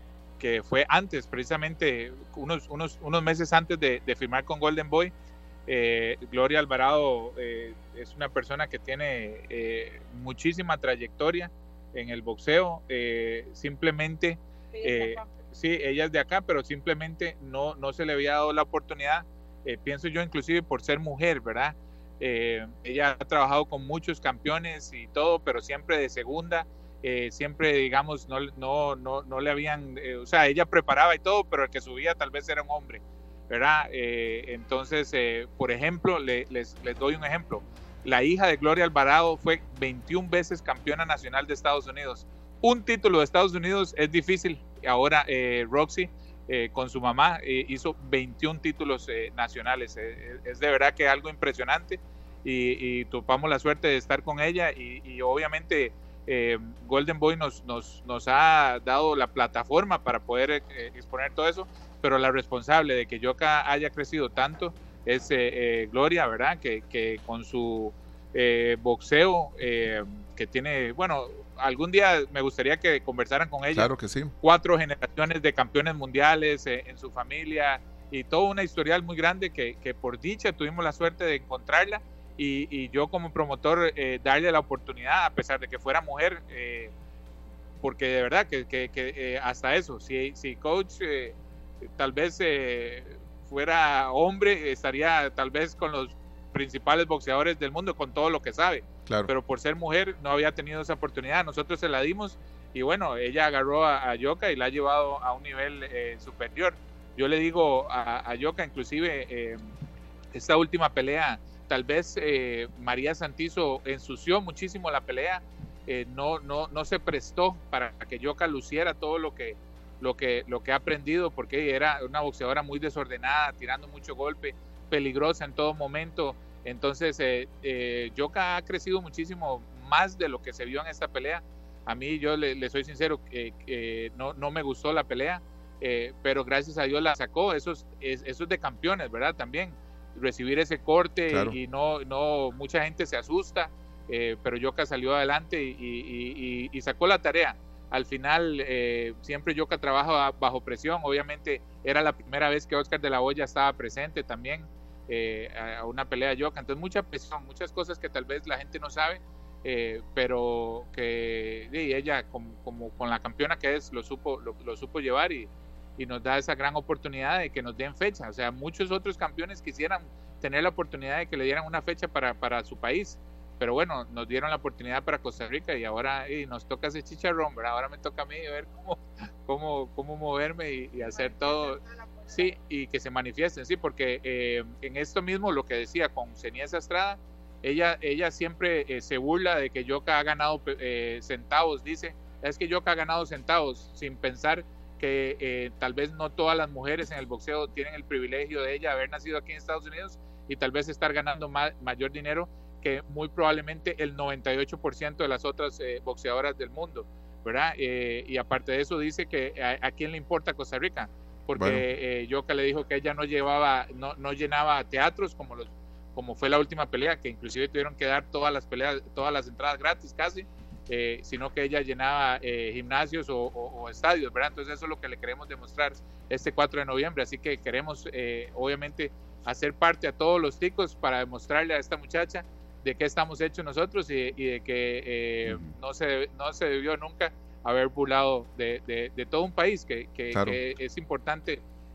que fue antes, precisamente unos, unos, unos meses antes de, de firmar con Golden Boy. Eh, Gloria Alvarado eh, es una persona que tiene eh, muchísima trayectoria en el boxeo, eh, simplemente, eh, sí, ella es de acá, pero simplemente no, no se le había dado la oportunidad, eh, pienso yo inclusive por ser mujer, ¿verdad? Eh, ella ha trabajado con muchos campeones y todo, pero siempre de segunda, eh, siempre digamos, no, no, no, no le habían, eh, o sea, ella preparaba y todo, pero el que subía tal vez era un hombre, ¿verdad? Eh, entonces, eh, por ejemplo, le, les, les doy un ejemplo. La hija de Gloria Alvarado fue veintiuna veces campeona nacional de Estados Unidos. Un título de Estados Unidos es difícil. Ahora eh, Roxy, eh, con su mamá, eh, hizo veintiún títulos eh, nacionales. Eh, es de verdad que algo impresionante y, y topamos la suerte de estar con ella y, y obviamente eh, Golden Boy nos, nos, nos ha dado la plataforma para poder eh, exponer todo eso, pero la responsable de que Yoka haya crecido tanto es eh, eh, Gloria, ¿verdad? Que, que con su eh, boxeo, eh, que tiene, bueno, algún día me gustaría que conversaran con ella. Claro que sí. Cuatro generaciones de campeones mundiales eh, en su familia y toda una historial muy grande que, que por dicha tuvimos la suerte de encontrarla y, y yo como promotor eh, darle la oportunidad, a pesar de que fuera mujer, eh, porque de verdad que, que, que eh, hasta eso, si, si coach... Eh, tal vez eh, fuera hombre, estaría tal vez con los principales boxeadores del mundo, con todo lo que sabe, claro. Pero por ser mujer no había tenido esa oportunidad, nosotros se la dimos y bueno, ella agarró a, a Yoka y la ha llevado a un nivel eh, superior. Yo le digo a, a Yoka, inclusive eh, esta última pelea, tal vez eh, María Santizo ensució muchísimo la pelea, eh, no, no, no se prestó para que Yoka luciera todo lo que Lo que, lo que ha aprendido, porque era una boxeadora muy desordenada, tirando mucho golpe, peligrosa en todo momento. Entonces, eh, eh, Yoka ha crecido muchísimo más de lo que se vio en esta pelea. A mí, yo le, le soy sincero, eh, eh, no, no me gustó la pelea, eh, pero gracias a Dios la sacó. Eso es, es, eso es de campeones, ¿verdad? También recibir ese corte, claro. y no, no mucha gente se asusta, eh, pero Yoka salió adelante y, y, y, y sacó la tarea. Al final, eh, siempre Yoka trabaja bajo presión. Obviamente, era la primera vez que Oscar de la Hoya estaba presente también eh, a una pelea de Yoka. Entonces, mucha presión, muchas cosas que tal vez la gente no sabe, eh, pero que y ella, como, como con la campeona que es, lo supo, lo, lo supo llevar y, y nos da esa gran oportunidad de que nos den fecha. O sea, muchos otros campeones quisieran tener la oportunidad de que le dieran una fecha para, para su país. Pero bueno, nos dieron la oportunidad para Costa Rica y ahora y nos toca ese chicharrón, ¿verdad? Ahora me toca a mí ver cómo, cómo, cómo moverme y, y hacer todo, sí, y que se manifiesten, sí, porque eh, en esto mismo, lo que decía con Xeniesa Estrada, ella, ella siempre eh, se burla de que Yoka ha ganado eh, centavos, dice, es que Yoka ha ganado centavos, sin pensar que eh, tal vez no todas las mujeres en el boxeo tienen el privilegio de ella haber nacido aquí en Estados Unidos y tal vez estar ganando ma- mayor dinero que muy probablemente el noventa y ocho por ciento de las otras eh, boxeadoras del mundo, ¿verdad? Eh, y aparte de eso dice que a, a quién le importa Costa Rica, porque bueno. eh, Yoka le dijo que ella no llevaba, no, no llenaba teatros como los, como fue la última pelea, que inclusive tuvieron que dar todas las peleas, todas las entradas gratis casi, eh, sino que ella llenaba eh, gimnasios o, o, o estadios, ¿verdad? Entonces eso es lo que le queremos demostrar este cuatro de noviembre, así que queremos eh, obviamente hacer parte a todos los ticos para demostrarle a esta muchacha de qué estamos hechos nosotros y, y de que eh, uh-huh. no, se, no se debió nunca haber burlado de, de, de todo un país, que, que, claro. que es importante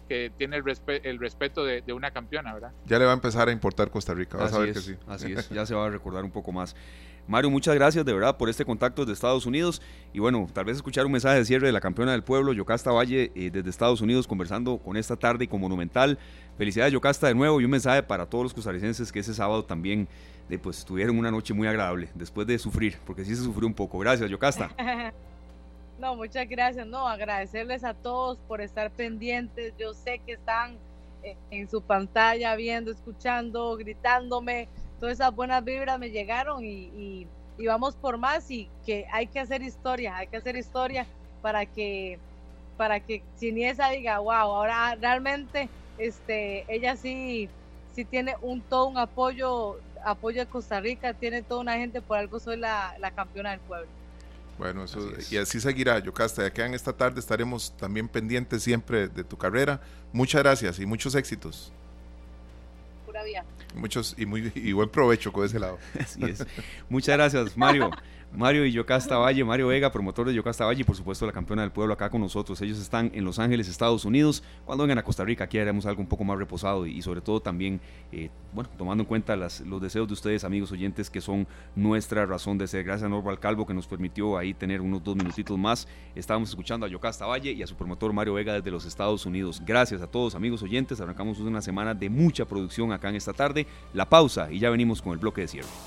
que tiene el, respe el respeto de, de una campeona, ¿verdad? Ya le va a empezar a importar Costa Rica, vas así a ver es, que sí. Así es, ya se va a recordar un poco más. Mario, muchas gracias de verdad por este contacto desde Estados Unidos y bueno, tal vez escuchar un mensaje de cierre de la campeona del pueblo, Yocasta Valle, eh, desde Estados Unidos, conversando con esta tarde con Monumental. Felicidades, Yocasta, de nuevo, y un mensaje para todos los costarricenses que ese sábado también eh, pues, tuvieron una noche muy agradable después de sufrir, porque sí se sufrió un poco. Gracias, Yocasta. No, muchas gracias, no, agradecerles a todos por estar pendientes. Yo sé que están en, en su pantalla viendo, escuchando, gritándome. Todas esas buenas vibras me llegaron y, y, y vamos por más, y que hay que hacer historia, hay que hacer historia para que para que Ciniesa diga, wow, ahora realmente este ella sí sí tiene un todo un apoyo apoyo de Costa Rica, tiene toda una gente, por algo soy la, la campeona del pueblo. Bueno, eso, así y así seguirá, Yocasta. Ya que en esta tarde estaremos también pendientes siempre de tu carrera. Muchas gracias y muchos éxitos. Pura vida. Muchos y muy y buen provecho con ese lado. Así es. Muchas gracias, Mario. Mario y Yocasta Valle, Mario Vega, promotor de Yocasta Valle, y por supuesto la campeona del pueblo acá con nosotros. Ellos están en Los Ángeles, Estados Unidos. Cuando vengan a Costa Rica, aquí haremos algo un poco más reposado y, y sobre todo también, eh, bueno, tomando en cuenta las, los deseos de ustedes, amigos oyentes, que son nuestra razón de ser. Gracias a Norval Calvo, que nos permitió ahí tener unos dos minutitos más. Estábamos escuchando a Yocasta Valle y a su promotor Mario Vega desde los Estados Unidos. Gracias a todos, amigos oyentes. Arrancamos una semana de mucha producción acá en esta tarde. La pausa y ya venimos con el bloque de cierre.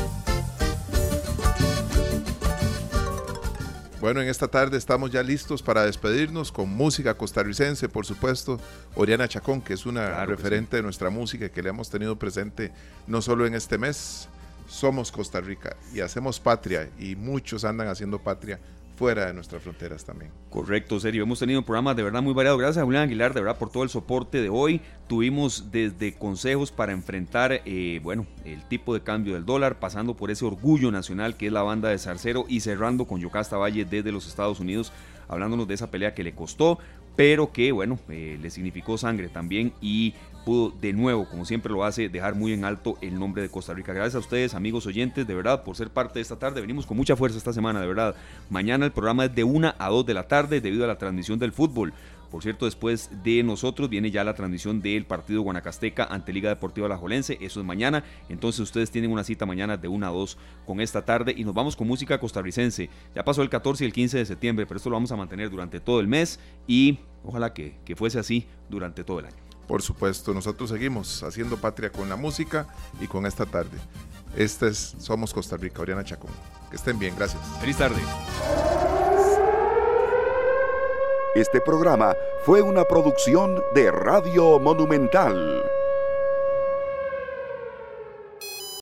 Bueno, en esta tarde estamos ya listos para despedirnos con música costarricense, por supuesto. Oriana Chacón, que es una claro referente sí. de nuestra música, que le hemos tenido presente no solo en este mes. Somos Costa Rica y hacemos patria, y muchos andan haciendo patria fuera de nuestras fronteras también. Correcto, Sergio. Hemos tenido un programa de verdad muy variado. Gracias a Julián Aguilar, de verdad, por todo el soporte de hoy. Tuvimos desde consejos para enfrentar, eh, bueno, el tipo de cambio del dólar, pasando por ese orgullo nacional que es la banda de Zarcero, y cerrando con Yocasta Valle desde los Estados Unidos, hablándonos de esa pelea que le costó, pero que, bueno, eh, le significó sangre también, y pudo de nuevo, como siempre lo hace, dejar muy en alto el nombre de Costa Rica. Gracias a ustedes, amigos oyentes, de verdad, por ser parte de esta tarde. Venimos con mucha fuerza esta semana, de verdad. Mañana el programa es de una a dos de la tarde debido a la transmisión del fútbol. Por cierto, después de nosotros viene ya la transmisión del partido Guanacasteca ante Liga Deportiva Alajuelense. Eso es mañana. Entonces ustedes tienen una cita mañana de una a dos con esta tarde. Y nos vamos con música costarricense. Ya pasó el catorce y el quince de septiembre, pero esto lo vamos a mantener durante todo el mes. Y ojalá que, que fuese así durante todo el año. Por supuesto, nosotros seguimos haciendo patria con la música y con esta tarde. Este es Somos Costa Rica, Oriana Chacón. Que estén bien, gracias. Feliz tarde. Este programa fue una producción de Radio Monumental.